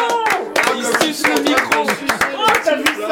non. Il se touche le micro. Oh, t'as vu ça?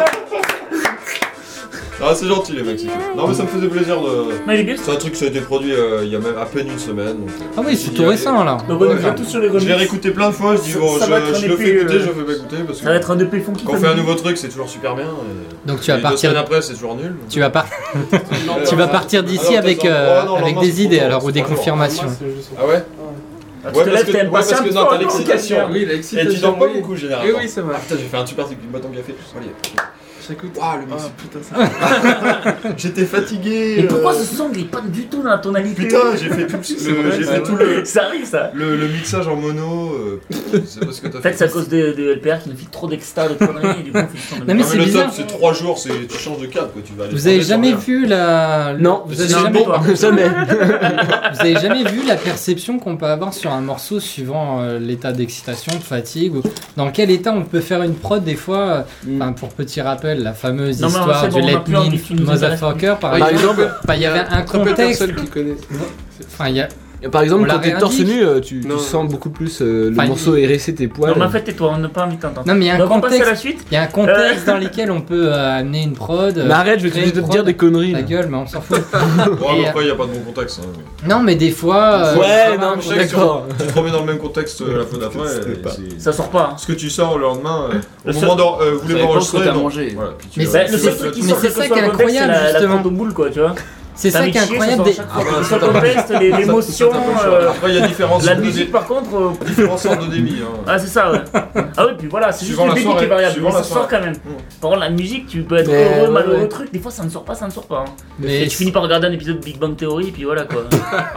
Ah, c'est gentil les mecs, c'est cool. Non mais ça me faisait plaisir de... Mais il est bien. C'est un truc qui a été produit il y a même à peine une semaine. Donc, ah oui, c'est tout récent là. Donc on est tous sur les remixes. Je l'ai réécouté plein de fois, je dis bon, je le fais écouter, je le fais pas écouter parce que... Ça va être un EP funky. Quand on fait un nouveau truc, c'est toujours super bien. Donc tu vas partir... 2 semaines après, c'est toujours nul. Tu vas partir d'ici avec des idées alors ou des confirmations. Ah ouais? Ah, tu te lèves, t'es impatient. Parce que non, t'as l'excitation. Oui, l'excitation. Et tu dors pas beaucoup généralement. Oui, c'est vrai. Ah putain, j'ai fait un super truc, une boîte en café. Allez. J'écoute. Waouh, le mec. Putain, ça. J'étais fatigué. Et pourquoi ce son il est pas du tout dans la tonalité? Putain, j'ai fait tout le. Ça arrive ça. Le mixage en mono. C'est parce que t'as En fait, c'est à cause de LPR qui nous file trop d'extra, de conneries, et du coup, on fait le son de Non, mais c'est le bizarre. top, c'est 3 jours, tu changes de cadre, quoi. Tu vas aller Vous avez jamais vu la. Non, vous avez jamais... jamais. Vous avez jamais vu la perception qu'on peut avoir sur un morceau suivant l'état d'excitation, de fatigue, ou dans quel état on peut faire une prod des fois. Enfin, pour petit rappel, la fameuse Non, mais histoire c'est du bon, on a Let plus envie Me qui nous Motherfucker, par Par exemple. exemple, Enfin, il y avait un Très peu de contexte. personnes qui connaissent. Enfin, il y a. par exemple, On quand l'a t'es torse réindique. nu, tu Non. sens beaucoup plus le Enfin, morceau hérisser tes poils. Non, mais en fait, tais-toi, on n'a pas envie de t'entendre. Non, mais il y a un Donc, on passe à contexte. la suite. Il y a un contexte dans lequel on peut amener une prod. Mais arrête, je vais créer te une dire prod. des conneries. Ta là. gueule, mais on s'en fout. Ouais, Et, après, il n'y a pas de bon contexte. Hein. Non, mais des fois. Ouais, non, je je sais suis d'accord. Tu te remets dans le même contexte la fois d'après. Ça sort pas. Ce que tu sors le lendemain, au Le moment seul- vous voulez dépend m'enregistrer, ce que t'as non. mangé. Voilà, puis tu Mais vas- c'est- Bah, le seul truc qui mais sort, c'est quel que ça soit qui est le contexte, c'est incroyable, la justement. crotte au boule, quoi, tu vois. C'est ça qui est incroyable. Quel que soit le contexte, l'émotion. Après, il y a différentes La sortes de musique, par contre. différentes sortes de débit. hein. Ah, c'est ça, ouais. Ah oui, puis voilà, c'est juste Suivant le la débit qui soirée, est variable, suivant mais la ça sort quand même. Par contre, la musique, tu peux être Mais heureux, ouais, malheureux, ouais. truc, des fois ça ne sort pas, ça ne sort pas. Hein. Mais Et tu finis par regarder un épisode de Big Bang Theory, puis voilà quoi.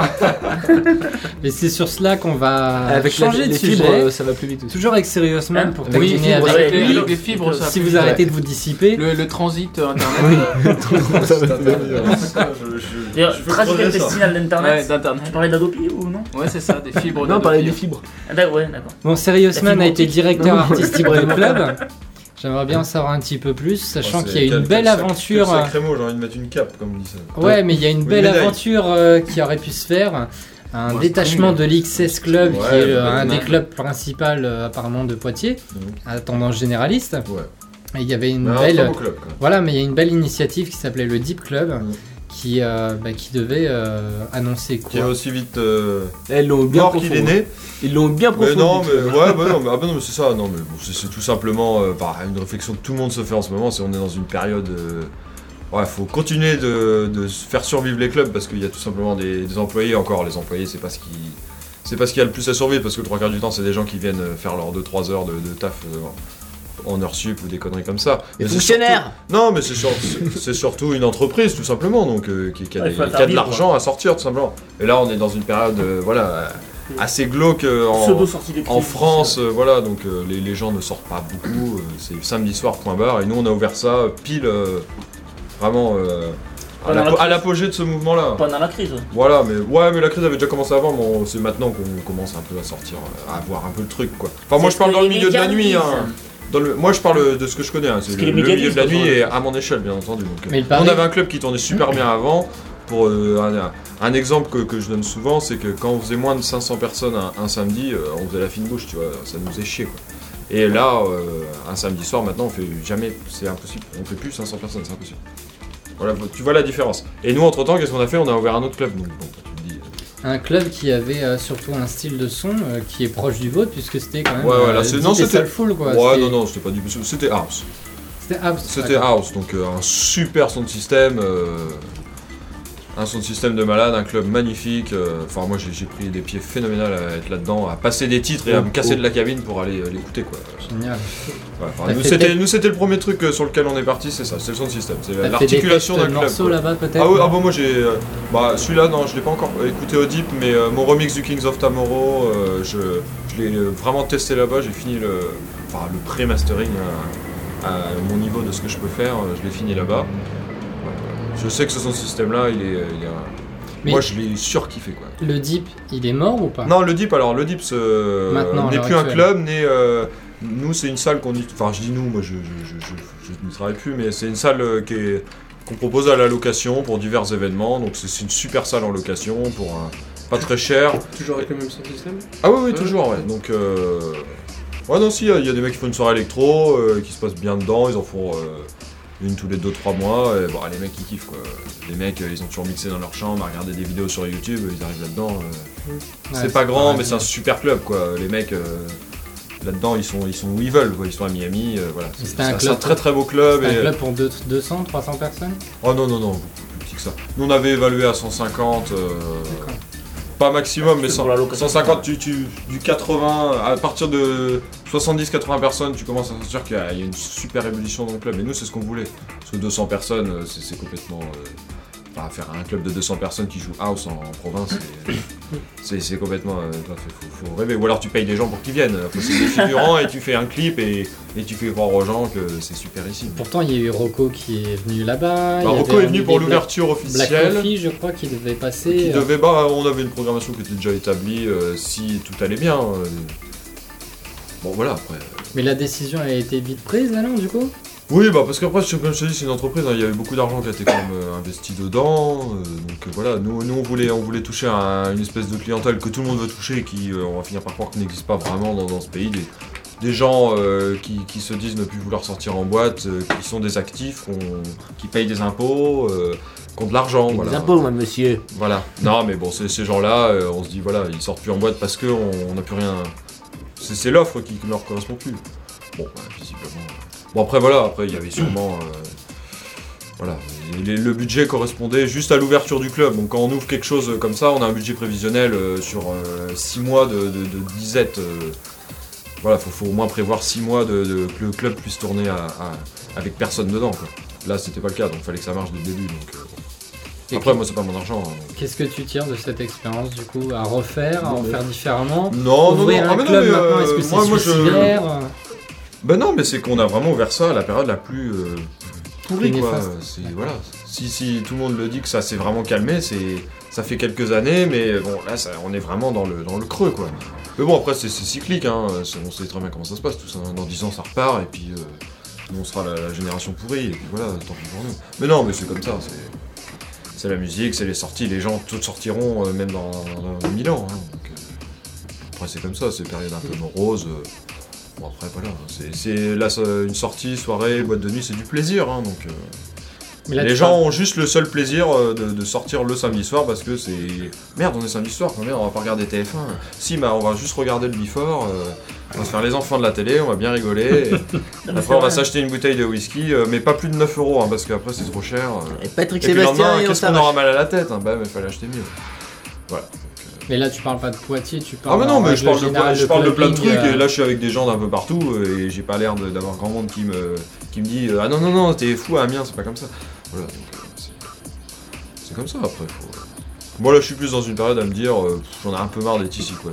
Et c'est sur cela qu'on va Avec changer de les sujet. fibres, ça va plus vite aussi. Toujours avec Serious Man pour Avec les terminer fibres, avec ouais. Avec des fibres, ça. si fait- vous arrêtez de vous dissiper. Le transit internet. D'ailleurs, Je peux tragique creuser ça. intestinal Ouais, d'internet. d'internet. Tu parlais d'Adopi ou non? Ouais, c'est ça, des fibres. Non, on parlait des d'Adobe. fibres. Ah, ouais, d'accord. Bon, Serious La Man fibre a été optique. directeur Non, artistique vraiment du club. J'aimerais bien en savoir un petit peu plus, sachant Oh, qu'il y a une belle aventure. C'est sacré mot, j'ai envie de mettre une cape, comme on dit ça. Ouais, mais il y a une Une belle médaille. aventure qui aurait pu se faire. Un Ouais, détachement de l'XS Club, qui Ouais, est ouais, un des ouais. clubs principaux apparemment de Poitiers, Mhm. à tendance généraliste. Ouais. Et il y avait une Mais un belle. très beau club, quoi. Voilà, mais il y a une belle initiative qui s'appelait le Deep Club, Mhm. qui devait annoncer quoi. Qui est aussi vite Ils l'ont bien mort qu'il est né. Ils l'ont bien Mais non, profonde. mais ouais, bah non, mais, ah bah non, mais c'est ça. Non, mais bon, c'est tout simplement une réflexion que tout le monde se fait en ce moment. C'est on est dans une période. Ouais, faut continuer de faire survivre les clubs parce qu'il y a tout simplement des employés. Encore, les employés, c'est pas ce qui a le plus à survivre parce que le 3 quarts du temps, c'est des gens qui viennent faire leurs 2-3 heures de taf en heure sup ou des conneries comme ça. Les Mais c'est fonctionnaires. non, mais c'est surtout une entreprise, tout simplement, donc qui a, Ouais, il faut qui a faire de vivre, l'argent à sortir, tout simplement. Et là, on est dans une période, assez glauque Pseudo-sortie des en prises. France, voilà, donc les gens ne sortent pas beaucoup. C'est samedi soir, point barre, et nous, on a ouvert ça pile, vraiment, Pendant la à l'apogée de ce mouvement-là. Pendant la crise. Ouais. Voilà, mais la crise avait déjà commencé avant, mais c'est maintenant qu'on commence un peu à sortir, à voir un peu le truc, quoi. Enfin, moi, je parle dans le milieu de la nuit, hein. Moi je parle de ce que je connais, hein. C'est que le les médias milieu disent, de la quoi, nuit sur le- et à mon échelle bien entendu. Donc, Mais il on paraît- avait un club qui tournait super bien avant. Pour un exemple que je donne souvent, c'est que quand on faisait moins de 500 personnes un samedi, on faisait la fine bouche, tu vois, ça nous faisait chier quoi. Et là, un samedi soir maintenant on fait jamais, c'est impossible, on fait plus 500 personnes, c'est impossible. Voilà, tu vois la différence. Et nous entre temps, qu'est-ce qu'on a fait? On a ouvert un autre club, donc bon, tu te dis... Un club qui avait surtout un style de son qui est proche du vôtre, puisque c'était quand même. Ouais, là, non, c'était soulful quoi. Ouais, C'était- non, c'était pas du tout, c'était house. C'était house. C'était d'accord. house, donc un super son de système, un son de système de malade, un club magnifique. Enfin, moi j'ai pris des pieds phénoménales à être là-dedans, à passer des titres et à me casser de la cabine pour aller l'écouter quoi. Génial. Ouais, enfin, T'as nous fait c'était le premier truc sur lequel on est parti, c'est ça, c'est le son de système, c'est T'as fait des l'articulation tests d'un de club. morceaux quoi. là-bas peut-être. Ah oui, bon moi j'ai, celui-là non, je l'ai pas encore écouté au deep, mais mon remix du Kings of Tomorrow, je l'ai vraiment testé là-bas, j'ai fini le pré-mastering à mon niveau de ce que je peux faire, je l'ai fini là-bas. Je sais que ce son système-là, il est Mais- moi je l'ai surkiffé quoi. Le Deep, il est mort ou pas? Non, le Deep Maintenant, à n'est l'heure plus un actuelle. club, nous c'est une salle qu'on dit, enfin je dis nous, moi je ne travaille plus, mais c'est une salle qu'on propose à la location pour divers événements, donc c'est une super salle en location pour pas très cher. Toujours avec le même son système. Ah oui, toujours, ouais. Donc, ouais, non, si, il y a des mecs qui font une soirée électro, qui se passent bien dedans, ils en font une tous les 2-3 mois, et bon, les mecs ils kiffent quoi. Les mecs, ils ont toujours mixé dans leur chambre, à regarder des vidéos sur YouTube, ils arrivent là-dedans. C'est pas grand, mais c'est un super club quoi. Les mecs là-dedans, ils sont où ils veulent, quoi. Ils sont à Miami, voilà. C'était un C'est un club très très beau club. C'est un et- club pour 200, 300 personnes? Oh non, beaucoup plus petit que ça. Nous on avait évalué à 150. Pas maximum, mais C'est pour la location. 150, du 80, à partir de 70-80 personnes, tu commences à sentir qu'il y a une super ébullition dans le club. Et nous, c'est ce qu'on voulait. Parce que 200 personnes, c'est complètement... faire un club de 200 personnes qui joue house en province, c'est complètement... faut rêver. Ou alors tu payes des gens pour qu'ils viennent. Après, c'est des figurants et tu fais un clip et tu fais croire aux gens que c'est super ici. Pourtant, il y a eu Rocco qui est venu là-bas. Rocco est venu pour l'ouverture officielle. Black Coffee, je crois, qui devait passer. On avait une programmation qui était déjà établie si tout allait bien. Bon, voilà, après... Mais la décision a été vite prise, là, non, du coup ? Oui, parce qu'après, comme je te dis, c'est une entreprise, hein, il y avait beaucoup d'argent qui a été quand même investi dedans. Donc voilà, nous on voulait toucher une espèce de clientèle que tout le monde veut toucher et qui, on va finir par croire qu'il n'existe pas vraiment dans ce pays. Des gens qui se disent ne plus vouloir sortir en boîte, qui sont des actifs, qui payent des impôts, qui ont de l'argent. Des impôts, moi, monsieur. Voilà. Non, mais bon, ces gens-là, on se dit, voilà, ils sortent plus en boîte parce qu'on n'a plus rien. C'est l'offre qui ne leur correspond plus. Bon, visiblement. Bon, après, il y avait sûrement. Le budget correspondait juste à l'ouverture du club. Donc, quand on ouvre quelque chose comme ça, on a un budget prévisionnel sur 6 mois de disette. Faut au moins prévoir 6 mois que le club puisse tourner avec personne dedans, quoi. Là, c'était pas le cas, donc il fallait que ça marche dès le début. Donc, après, moi, c'est pas mon argent. Hein, donc. Qu'est-ce que tu tires de cette expérience, du coup, à refaire, à en faire différemment ? Non. Un club maintenant, est-ce que c'est suicidaire ? Ben non, mais c'est qu'on a vraiment ouvert ça à la période la plus pourrie, quoi. Voilà. Si tout le monde le dit que ça s'est vraiment calmé, ça fait quelques années, mais bon, là, on est vraiment dans le creux, quoi. Mais bon, après, c'est cyclique, hein. On sait très bien comment ça se passe, tout ça. Dans 10 ans, ça repart, et puis nous, on sera la génération pourrie, et puis voilà, tant pis pour nous. Mais non, mais c'est comme ça, c'est la musique, c'est les sorties, les gens tous sortiront, même dans 1000 ans, hein. Donc, après, c'est comme ça, c'est une période un peu morose. Bon, après, voilà, c'est là, une sortie, soirée, boîte de nuit, c'est du plaisir, hein, donc... les gens ont juste le seul plaisir de sortir le samedi soir parce que c'est... Merde, on est samedi soir, merde, on va pas regarder TF1. Si, on va juste regarder le Before, on va se faire les enfants de la télé, on va bien rigoler. Et après, on va s'acheter une bouteille de whisky, mais pas plus de 9 €, hein, parce qu'après, c'est trop cher. Et Patrick et puis Sébastien, le lendemain, qu'est-ce qu'on aura mal à la tête, hein, mais fallait acheter mieux. Voilà. Mais là, tu parles pas de Poitiers, tu parles. Ah, mais non, mais je parle de plein de trucs, et là, je suis avec des gens d'un peu partout, et j'ai pas l'air d'avoir grand monde qui me dit ah non, t'es fou à Amiens, c'est pas comme ça. Voilà, donc c'est comme ça après. Moi là, je suis plus dans une période à me dire j'en ai un peu marre d'être ici, quoi.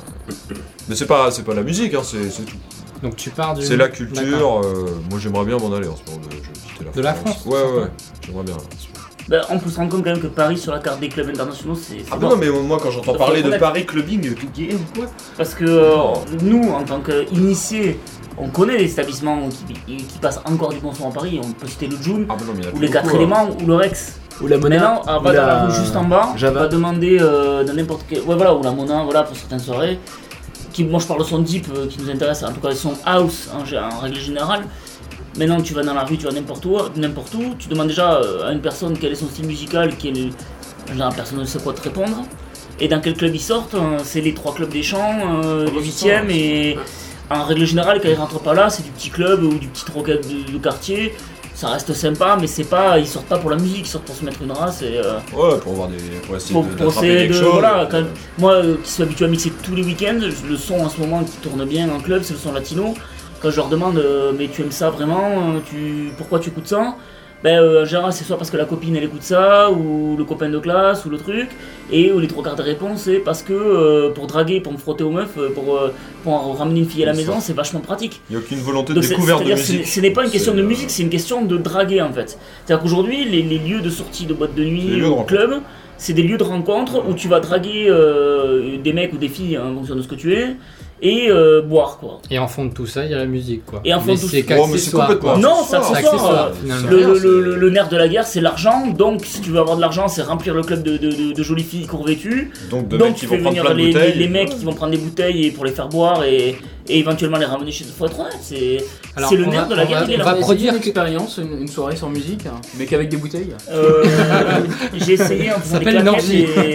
Mais c'est pas la musique, hein, c'est tout. Donc tu pars du. C'est la culture. Moi, j'aimerais bien m'en aller en ce moment. De la France. Ouais, j'aimerais bien. On peut se rendre compte quand même que Paris sur la carte des clubs internationaux, c'est. Ah non, mais moi quand j'entends parler de Paris clubbing, quoi. Parce que nous, en tant qu'initiés, on connaît les établissements qui passent encore du bon son à Paris. On peut citer le Joule, ou les 4 éléments, ou le Rex. Ou la Mona. Maintenant, dans la rue juste en bas, on va demander dans n'importe quel. Ouais, voilà, ou la Mona, voilà, pour certaines soirées. Moi, je parle de son deep qui nous intéresse, en tout cas, son house en règle générale. Maintenant, tu vas dans la rue, tu vas n'importe où, tu demandes déjà à une personne quel est son style musical, en général, personne ne sait quoi te répondre. Et dans quel club ils sortent, c'est les 3 clubs des champs, le 8ème, et en règle générale, quand ils rentrent pas là, c'est du petit club ou du petit rocket de quartier. Ça reste sympa, mais c'est pas, ils sortent pas pour la musique, ils sortent pour se mettre une race et. Ouais, pour essayer d'attraper quelque chose. Voilà, moi qui suis habitué à mixer tous les week-ends, le son en ce moment qui tourne bien en club, c'est le son latino. Quand je leur demande mais tu aimes ça vraiment, pourquoi tu écoutes ça, en général c'est soit parce que la copine elle écoute ça, ou le copain de classe, ou le truc, et les 3 quarts de réponse c'est parce que pour draguer, pour me frotter aux meufs, pour ramener une fille à la maison, c'est vachement pratique. Il n'y a aucune volonté de découverte de musique. Ce n'est pas une question de musique, c'est une question de draguer en fait. C'est-à-dire qu'aujourd'hui les lieux de sortie de boîte de nuit ou club, c'est des lieux de rencontre où tu vas draguer des mecs ou des filles en fonction de ce que tu es. Et boire, quoi. Et en fond de tout ça, il y a la musique, quoi. Et en fond de tout c'est qu'accessoire, quoi. Non, c'est accessoire. Finalement. Le nerf de la guerre, c'est l'argent. Donc, si tu veux avoir de l'argent, c'est remplir le club de jolies filles convêtues. Donc tu fais venir les mecs qui vont prendre des bouteilles pour les faire boire et éventuellement les ramener chez eux. Faut être honnête, c'est le nerf de la guerre. On va produire une expérience, une soirée sans musique, mais qu'avec des bouteilles. J'ai essayé en faisant des claquettes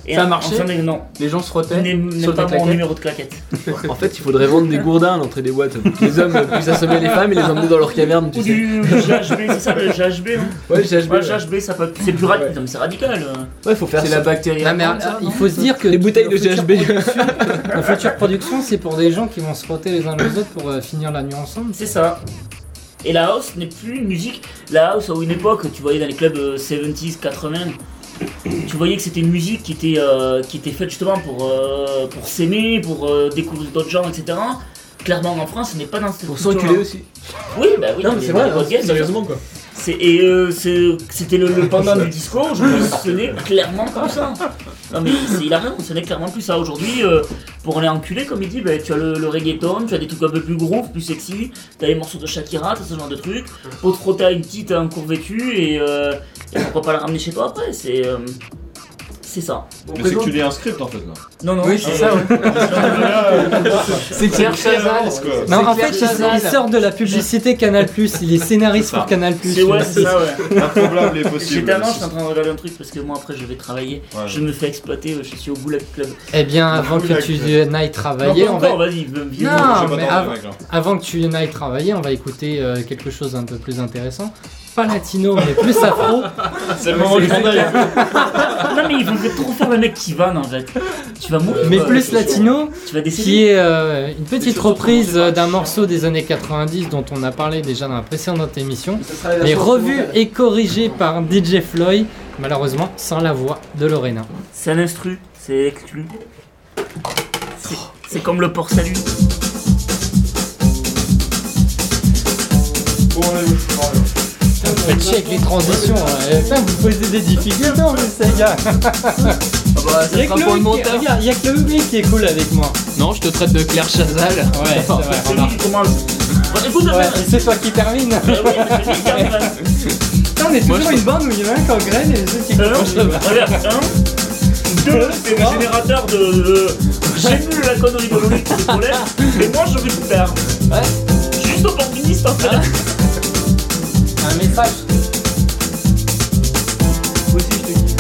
Et Ça a marché. Non. Les gens se frottaient. N'aime sur pas des mon claquettes. numéro de claquette. En fait, il faudrait vendre des gourdins à l'entrée des boîtes pour que les hommes puissent assommer les femmes et les emmener dans leur caverne, tu Ou sais. du GHB, c'est ça le GHB, non? Ouais, GHB. Ouais, GHB, ça peut... c'est plus radical, mais c'est radical. Ouais, faut faire C'est ça. la bactérie. Non, mais allemande, ça, il non faut se dire que Les bouteilles de nos futures GHB. productions- nos futures productions, c'est pour des gens qui vont se frotter les uns les autres pour finir la nuit ensemble. C'est ça. Et la house n'est plus une musique. La house, à une époque, tu voyais dans les clubs 70s, 80, tu voyais que c'était une musique qui était faite justement pour s'aimer, pour découvrir d'autres gens, etc. Clairement, en France, ce n'est pas dans cette Pour culture-là. s'enculer aussi. Oui, bah oui. Non, mais c'est vrai, dans les hein, gays, sérieusement quoi. c'était le pendant du disco. Aujourd'hui, ce n'est clairement plus ça. Non, mais il a raison, ce n'est clairement plus ça. Aujourd'hui, pour aller enculer, comme il dit, bah, tu as le reggaeton, tu as des trucs un peu plus groove, plus sexy, tu as les morceaux de Shakira, tu as ce genre de trucs. Pour te frotter à une petite un court vêtu et pourquoi pas la ramener chez toi après. C'est ça. Mais c'est que tu lis un script en fait là. Non, non, Oui, c'est ça, ouais. C'est Claire Chazal. Non, en Claire fait, Chazal. il sort de la publicité Canal+, il est scénariste pour Canal+. c'est ouais, c'est ça, ouais. Improbable et possible. J'étais avant, je suis en train de regarder un truc parce que moi après je vais travailler. Ouais. Je me fais exploiter, je suis au Goulag Club. Eh bien, avant que tu n'ailles travailler, Non, on va... encore, vas-y, viens. Non, Je vais mais pas avant, mec, là. avant que tu n'ailles travailler, on va écouter quelque chose d'un peu plus intéressant. Pas latino, mais plus afro. C'est le moment du journal. Non mais il faut trop faire le mec qui vanne en fait. Tu vas mourir. Mais quoi. plus latino, Tu vas décéder. qui est une petite reprise d'un morceau des années 90 dont on a parlé déjà dans la précédente émission, mais revu et corrigé par DJ Floyd, malheureusement sans la voix de Lorena. C'est un instru, c'est exclu. C'est comme le port salut. Faites chier avec les transitions, putain, vous posez des difficultés en plus, les gars. Ah bah, ça sera pour le montage. Regarde, y'a que le mec qui est cool avec moi. Non, je te traite de Claire Chazal. Ouais, c'est vrai, C'est lui remarque. qui commence. Bon, écoute, Ouais, et c'est toi qui termine. oui, c'est lui qui arrive. Putain, on est toujours une bande où il y en a un qui engraine et les autres qui commencent. Regarde, 1, 2, c'est le générateur de. J'ai vu la connerie de Lolita de collège, mais moi je récupère. Ouais. Je suis juste opportuniste en fait. Un message. Moi aussi, je te kiffe.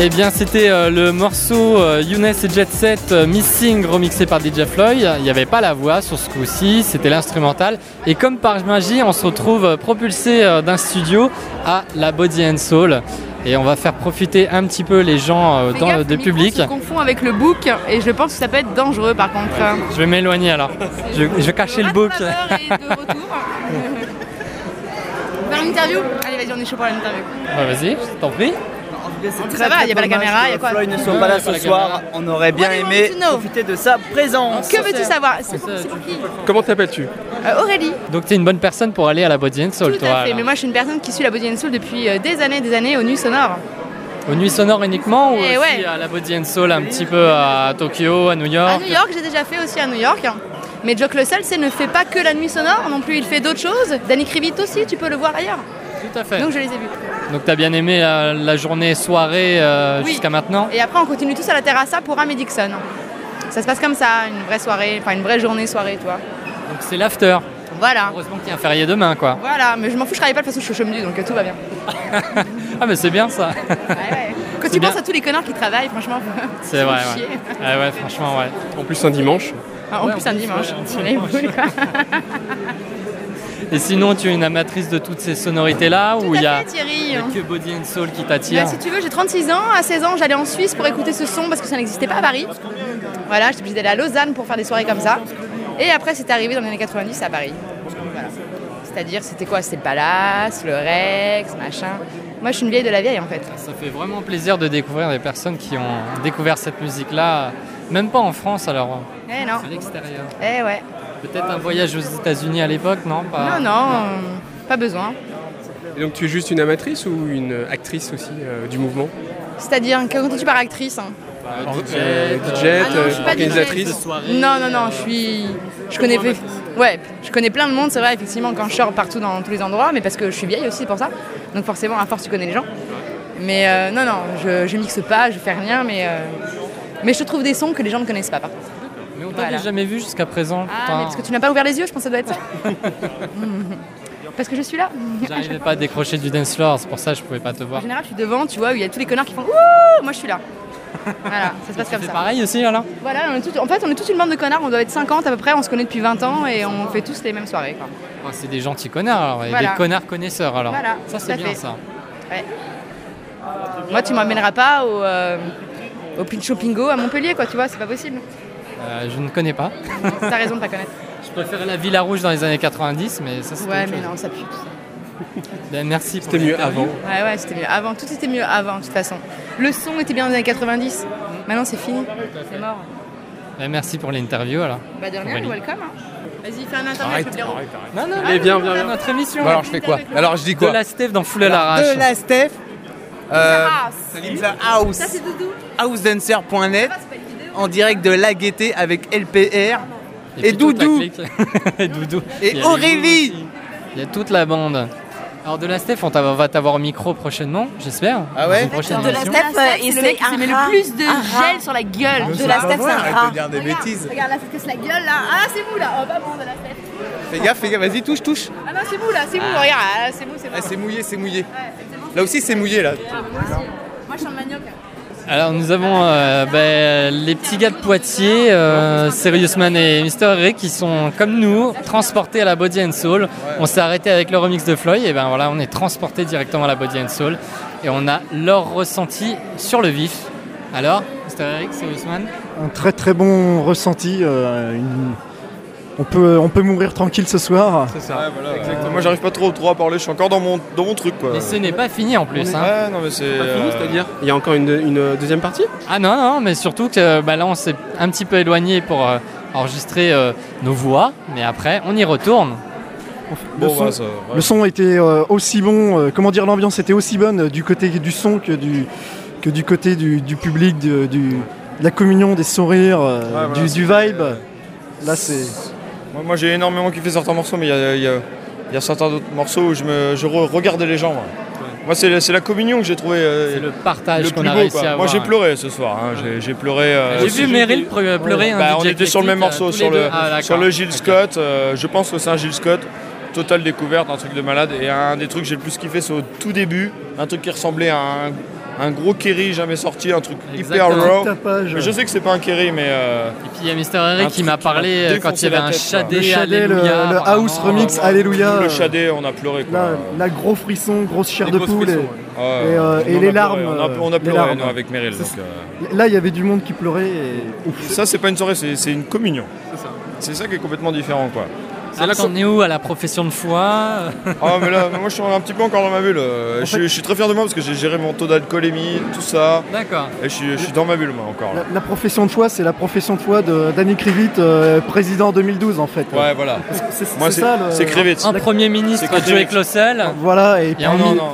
Eh bien, c'était le morceau Younes et Jet Set Missing remixé par DJ Floyd. Il n'y avait pas la voix sur ce coup-ci, c'était l'instrumental. Et comme par magie, on se retrouve propulsé d'un studio à la Body and Soul. Et on va faire profiter un petit peu les gens dans le public. Je confonds avec le book et je pense que ça peut être dangereux par contre. Je vais m'éloigner alors. Je vais cacher le book. Et de retour. Faire une interview ? Allez, vas-y, on est chaud pour l'interview. Bah, vas-y, je t'en prie. Ça va, il n'y a pas la caméra, il y a quoi ? Floyd ne soit pas là ce soir, on aurait bien aimé profiter de sa présence. Que veux-tu savoir ? C'est pour qui ? Comment t'appelles-tu ? Aurélie. Donc t'es une bonne personne pour aller à la Body and Soul, Tout à fait, mais moi je suis une personne qui suit la Body and Soul depuis des années aux Nuits Sonores. Aux Nuits Sonores uniquement ou Et aussi ouais. à la Body and Soul un petit peu à Tokyo, à New York? À New York, j'ai déjà fait aussi à New York. Mais Joe Clussel, ne fait pas que la Nuit Sonore non plus, il fait d'autres choses. Danny Krivit aussi, tu peux le voir ailleurs. Tout à fait. Donc je les ai vus. Donc t'as bien aimé la journée soirée Oui. jusqu'à maintenant? Et après on continue tous à la Terrassa pour Amy Dixon. Ça se passe comme ça, une vraie soirée, enfin une vraie journée soirée, tu vois. Donc c'est l'after. Voilà. Heureusement qu'il y a un férié demain, quoi. Voilà, mais je m'en fous, je travaille pas de toute façon, je suis au chômage, donc tout va bien. Ah mais c'est bien ça. Quand tu penses à tous les connards qui travaillent, franchement, c'est vrai, chier. Ouais. Ouais, franchement, ouais. En plus un dimanche. En plus un dimanche, tu les boules, quoi. Et sinon, tu es une amatrice de toutes ces sonorités-là ou il y a Thierry. que Body and Soul qui t'attire? Bah, si tu veux, j'ai 36 ans. À 16 ans, j'allais en Suisse pour écouter ce son parce que ça n'existait pas à Paris. Voilà, j'étais obligée d'aller à Lausanne pour faire des soirées comme ça. Et après, c'est arrivé dans les années 90 à Paris. Voilà. C'est-à-dire, c'était quoi? C'était le Palace, le Rex, machin. Moi, je suis une vieille de la vieille, en fait. Ça fait vraiment plaisir de découvrir des personnes qui ont découvert cette musique-là, même pas en France, alors non. à l'extérieur. Ouais. Peut-être un voyage aux États-Unis à l'époque, non? Non, pas besoin. Et donc tu es juste une amatrice ou une actrice aussi du mouvement? C'est-à-dire, quand tu parles actrice DJ, organisatrice? Non, je connais plein de monde, c'est vrai, effectivement, quand je sors partout dans tous les endroits, mais parce que je suis vieille aussi pour ça. Donc forcément, à force, tu connais les gens. Mais non, je mixe pas, je fais rien, mais je trouve des sons que les gens ne connaissent pas, par contre. Mais on t'avait jamais vu jusqu'à présent. Ah, mais parce que tu n'as pas ouvert les yeux, je pense que ça doit être ça. Parce que je suis là. J'arrivais pas à décrocher du dance floor, c'est pour ça que je pouvais pas te voir. En général, je suis devant, tu vois, où il y a tous les connards qui font ouh, moi je suis là. Voilà, ça se passe comme ça. Pareil aussi, alors. Voilà, on est toute une bande de connards, on doit être 50 à peu près, on se connaît depuis 20 ans et on fait tous les mêmes soirées, quoi. Oh, c'est des gentils connards alors, et Voilà. des connards connaisseurs alors. Voilà, ça tout c'est à bien fait. ça. Ouais. Moi, tu m'emmèneras pas au Pincho Pingo à Montpellier, quoi, tu vois, c'est pas possible. Je ne connais pas. T'as raison de pas connaître. Je préférais la Villa Rouge dans les années 90, mais ça c'est Ouais, mais non, ça pue. Ben, merci. C'était mieux avant. Ouais, c'était mieux avant. Tout était mieux avant, de toute façon. Le son était bien dans les années 90. Maintenant, c'est fini. C'est mort. Ben, merci pour l'interview alors. Bah, de rien, welcome. Vas-y, fais un interview avec le blaireau. Non, Allez, viens. notre émission. Bon, alors je fais quoi? Alors je dis quoi? De la Steph dans Full à l'arrache. De la Steph. Ça, House. c'est Doudou. Housedancer.net. En direct de La Gaieté avec LPR. Et puis toute la Doudou. clique. Et Doudou. Et Il y a Aurélie. les Doudous aussi. Il y a toute la bande. Alors de la Steph, va t'avoir au micro prochainement, j'espère. Ah ouais? Dans une prochaine De la émission. Steph, c'est le mec qui se met le plus de gel sur la gueule. De la Steph, c'est un rat. Arrête de dire des bêtises. Regarde, là, ça casse la gueule, là. Ah, c'est mou, là. Oh, pas bon, de la Steph. Fais gaffe, vas-y, touche. Ah non, c'est mou, là, c'est mou. Regarde, ah, c'est mou, c'est mou. Ah, c'est mouillé. Là aussi, c'est mouillé, là. Moi aussi. Moi, je suis en manioc. Alors nous avons les petits gars de Poitiers, Serious Man et Mr. Eric, qui sont comme nous transportés à la Body and Soul. On s'est arrêté avec le remix de Floyd et ben voilà, on est transportés directement à la Body and Soul et on a leur ressenti sur le vif. Alors, Mr. Eric, Serious Man? Un très très bon ressenti. On peut mourir tranquille ce soir. C'est ça. Ouais, voilà, exactement. Moi j'arrive pas trop à parler, je suis encore dans mon truc quoi. Mais ce n'est pas fini en plus. Hein. Ouais, non mais c'est. Pas fini, c'est-à-dire il y a encore une deuxième partie? Ah non, mais surtout que là on s'est un petit peu éloigné pour enregistrer nos voix, mais après on y retourne. Le son était aussi bon, l'ambiance était aussi bonne du côté du son que du côté du public, de la communion, des sourires, du vibe. Là c'est. Moi j'ai énormément kiffé certains morceaux, mais il y a certains d'autres morceaux où je regardais les gens. Moi c'est la communion que j'ai trouvé. C'est le partage qu'on a réussi à avoir. Moi j'ai pleuré ce soir. J'ai pleuré. J'ai vu Meryl pleurer. On était sur le même morceau, sur le Gilles Scott. Je pense que c'est un Gilles Scott. Totale découverte, un truc de malade. Et un des trucs que j'ai le plus kiffé, c'est au tout début. Un truc qui ressemblait à un gros Kerry jamais sorti, un truc Exactement. hyper raw. Tapage. Mais je sais que c'est pas un Kerry, mais. Et puis il y a Mister Eric qui m'a parlé quand il y avait un Shadé, Le Shadé, Alléluia. le house remix Alléluia. Le Shadé, on a pleuré quoi. Là, gros frisson, grosse chair de poule Et les larmes. On a pleuré nous, avec Meryl. Là, il y avait du monde qui pleurait. Et... Ça, c'est pas une soirée, c'est une communion. C'est ça qui est complètement différent quoi. C'est là qu'on est où à la profession de foi? Ah mais là, moi je suis un petit peu encore dans ma bulle. Je suis très fier de moi parce que j'ai géré mon taux d'alcoolémie, tout ça. D'accord. Et je suis dans ma bulle moi encore. La profession de foi, c'est la profession de foi d'Annie Krivit, président 2020 en fait. Ouais voilà. Moi c'est Krivit. Un premier ministre, Joey Clossel. Voilà, et puis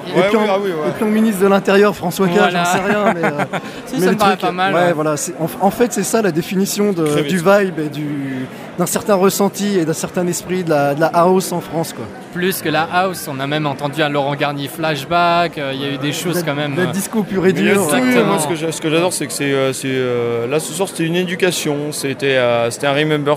un ministre de l'Intérieur, François Cage, j'en sais rien. Mais, si, ça me paraît pas mal. Ouais, voilà. En fait, c'est ça la définition du vibe et d'un certain ressenti et d'un certain esprit de la house en France quoi. Plus que la house, on a même entendu un Laurent Garnier flashback, il y a eu des choses quand même. La disco pur et dur. Moi ce que j'adore c'est que là ce soir c'était une éducation, c'était un remember,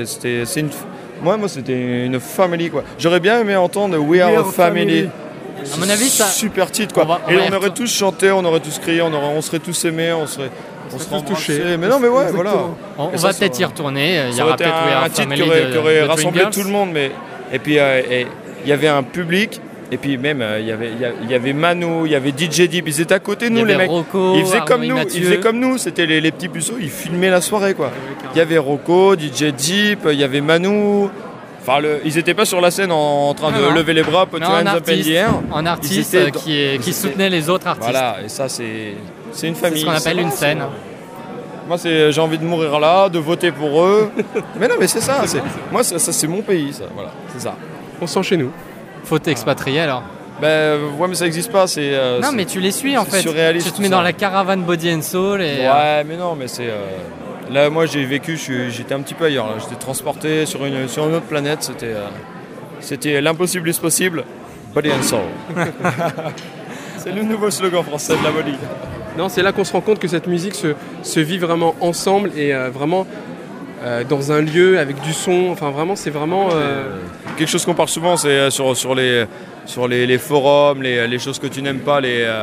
moi c'était une family quoi. J'aurais bien aimé entendre We Are a Family. À mon avis ça super titre quoi. On aurait tous chanté, on aurait tous crié, on serait tous aimés, on serait tous touchés. Mais non, mais ouais, voilà. On va peut-être y retourner. Il y aura peut-être un titre qui aurait rassemblé tout le monde. Et puis, il y avait un public. Et puis même, il y avait Manu, il y avait DJ Deep. Ils étaient à côté de nous, les mecs. Rocco, ils faisaient comme nous. C'était les petits puceaux. Ils filmaient la soirée, quoi. Il y avait Rocco, DJ Deep, il y avait Manu. Enfin, ils n'étaient pas sur la scène en train de lever les bras, put your hands up in the air. Un artiste qui soutenait les autres artistes. Voilà, et ça, c'est une famille. C'est ce qu'on appelle une scène. Moi, j'ai envie de mourir là, de voter pour eux. Mais non, mais c'est ça. Moi, ça, c'est mon pays, ça. Voilà, c'est ça. On sent chez nous. Faut t'expatrier alors. Ouais, mais ça n'existe pas. Non, mais tu les suis en fait. Tu te mets dans la caravane Body and Soul et. Ouais, mais non, mais c'est. Là, moi, j'ai vécu. J'étais un petit peu ailleurs. Là. J'étais transporté sur une autre planète. C'était l'impossible est possible. Body and Soul. C'est le nouveau slogan français de la Body. Non, c'est là qu'on se rend compte que cette musique se vit vraiment ensemble et vraiment dans un lieu avec du son. Enfin, vraiment, c'est vraiment quelque chose qu'on parle souvent, c'est sur les forums, les choses que tu n'aimes pas,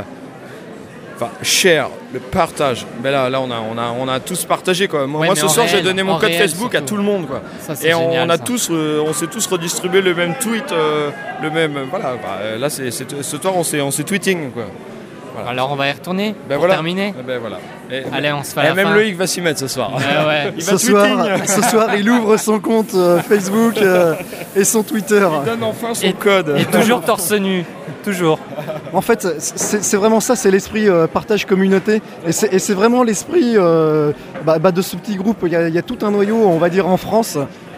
share, le partage. Ben là, on a tous partagé quoi. Moi ce soir, j'ai donné mon code Facebook surtout à tout le monde quoi. Ça, et génial, on s'est tous redistribué le même tweet, le même. Voilà. Là, ce soir, on s'est tweeting quoi. Voilà. Alors on va y retourner pour terminer. Voilà. Allez, on se fait à la même fin. Loïc va s'y mettre ce soir. Ouais. Ce soir, il ouvre son compte Facebook et son Twitter. Il donne enfin son code. Et toujours torse nu. Toujours. En fait, c'est vraiment ça, c'est l'esprit partage communauté. Et c'est vraiment l'esprit de ce petit groupe. Il y a tout un noyau, on va dire, en France.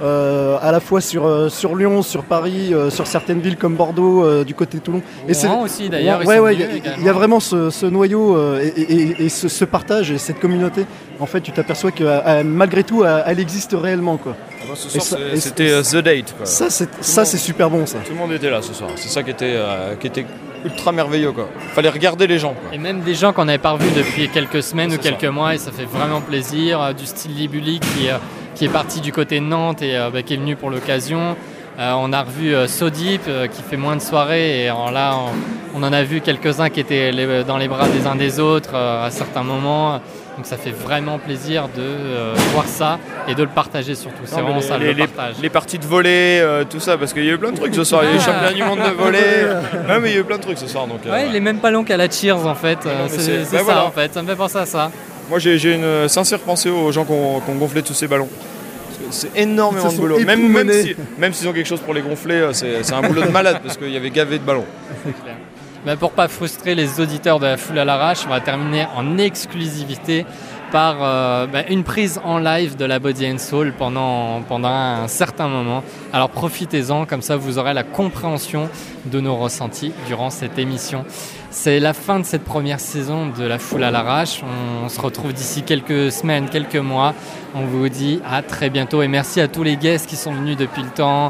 À la fois sur Lyon, sur Paris, sur certaines villes comme Bordeaux, du côté de Toulon. Et c'est aussi d'ailleurs. Il y a vraiment ce noyau et ce partage et cette communauté. En fait, tu t'aperçois que malgré tout, elle existe réellement quoi. Ce soir, c'était The Date. Quoi. Ça, c'est super bon ça. Tout le monde était là ce soir. C'est ça qui était ultra merveilleux quoi. Fallait regarder les gens. Quoi. Et même des gens qu'on n'avait pas revus depuis quelques semaines ou quelques mois et ça fait vraiment plaisir. Du style Libuli qui est parti du côté de Nantes et qui est venu pour l'occasion. On a revu So Deep qui fait moins de soirées et là on en a vu quelques-uns qui étaient dans les bras des uns des autres à certains moments. Donc ça fait vraiment plaisir de voir ça et de le partager surtout. C'est vraiment ça le partage. Les parties de volley, tout ça, parce qu'il y a eu plein de trucs ce soir. Il y a eu les championnats du monde de volley. Ouais, mais il y a eu plein de trucs ce soir. Donc, il est même pas long qu'à la Cheers en fait. C'est ça voilà. En fait. Ça me fait penser à ça. Moi j'ai une sincère pensée aux gens qui ont gonflé tous ces ballons. C'est énormément de boulot. Même s'ils ont quelque chose pour les gonfler, c'est un boulot de malade parce qu'il y avait gavé de ballons. C'est clair. Mais pour pas frustrer les auditeurs de la foule à l'arrache, on va terminer en exclusivité par une prise en live de la Body and Soul pendant un certain moment. Alors profitez-en, comme ça vous aurez la compréhension de nos ressentis durant cette émission. C'est la fin de cette première saison de la foule à l'arrache. On se retrouve d'ici quelques semaines, quelques mois. On vous dit à très bientôt et merci à tous les guests qui sont venus depuis le temps.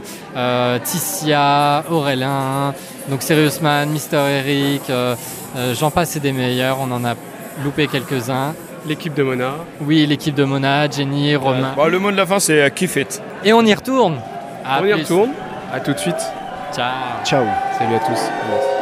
Ticia, Aurélien, donc Serious Man, Mister Eric, j'en passe et des meilleurs. On en a loupé quelques-uns. L'équipe de Mona. Oui, l'équipe de Mona, Jenny, Romain. Le mot de la fin c'est kiff it. Et on y retourne. On y retourne. À tout de suite. Ciao. Ciao. Salut à tous.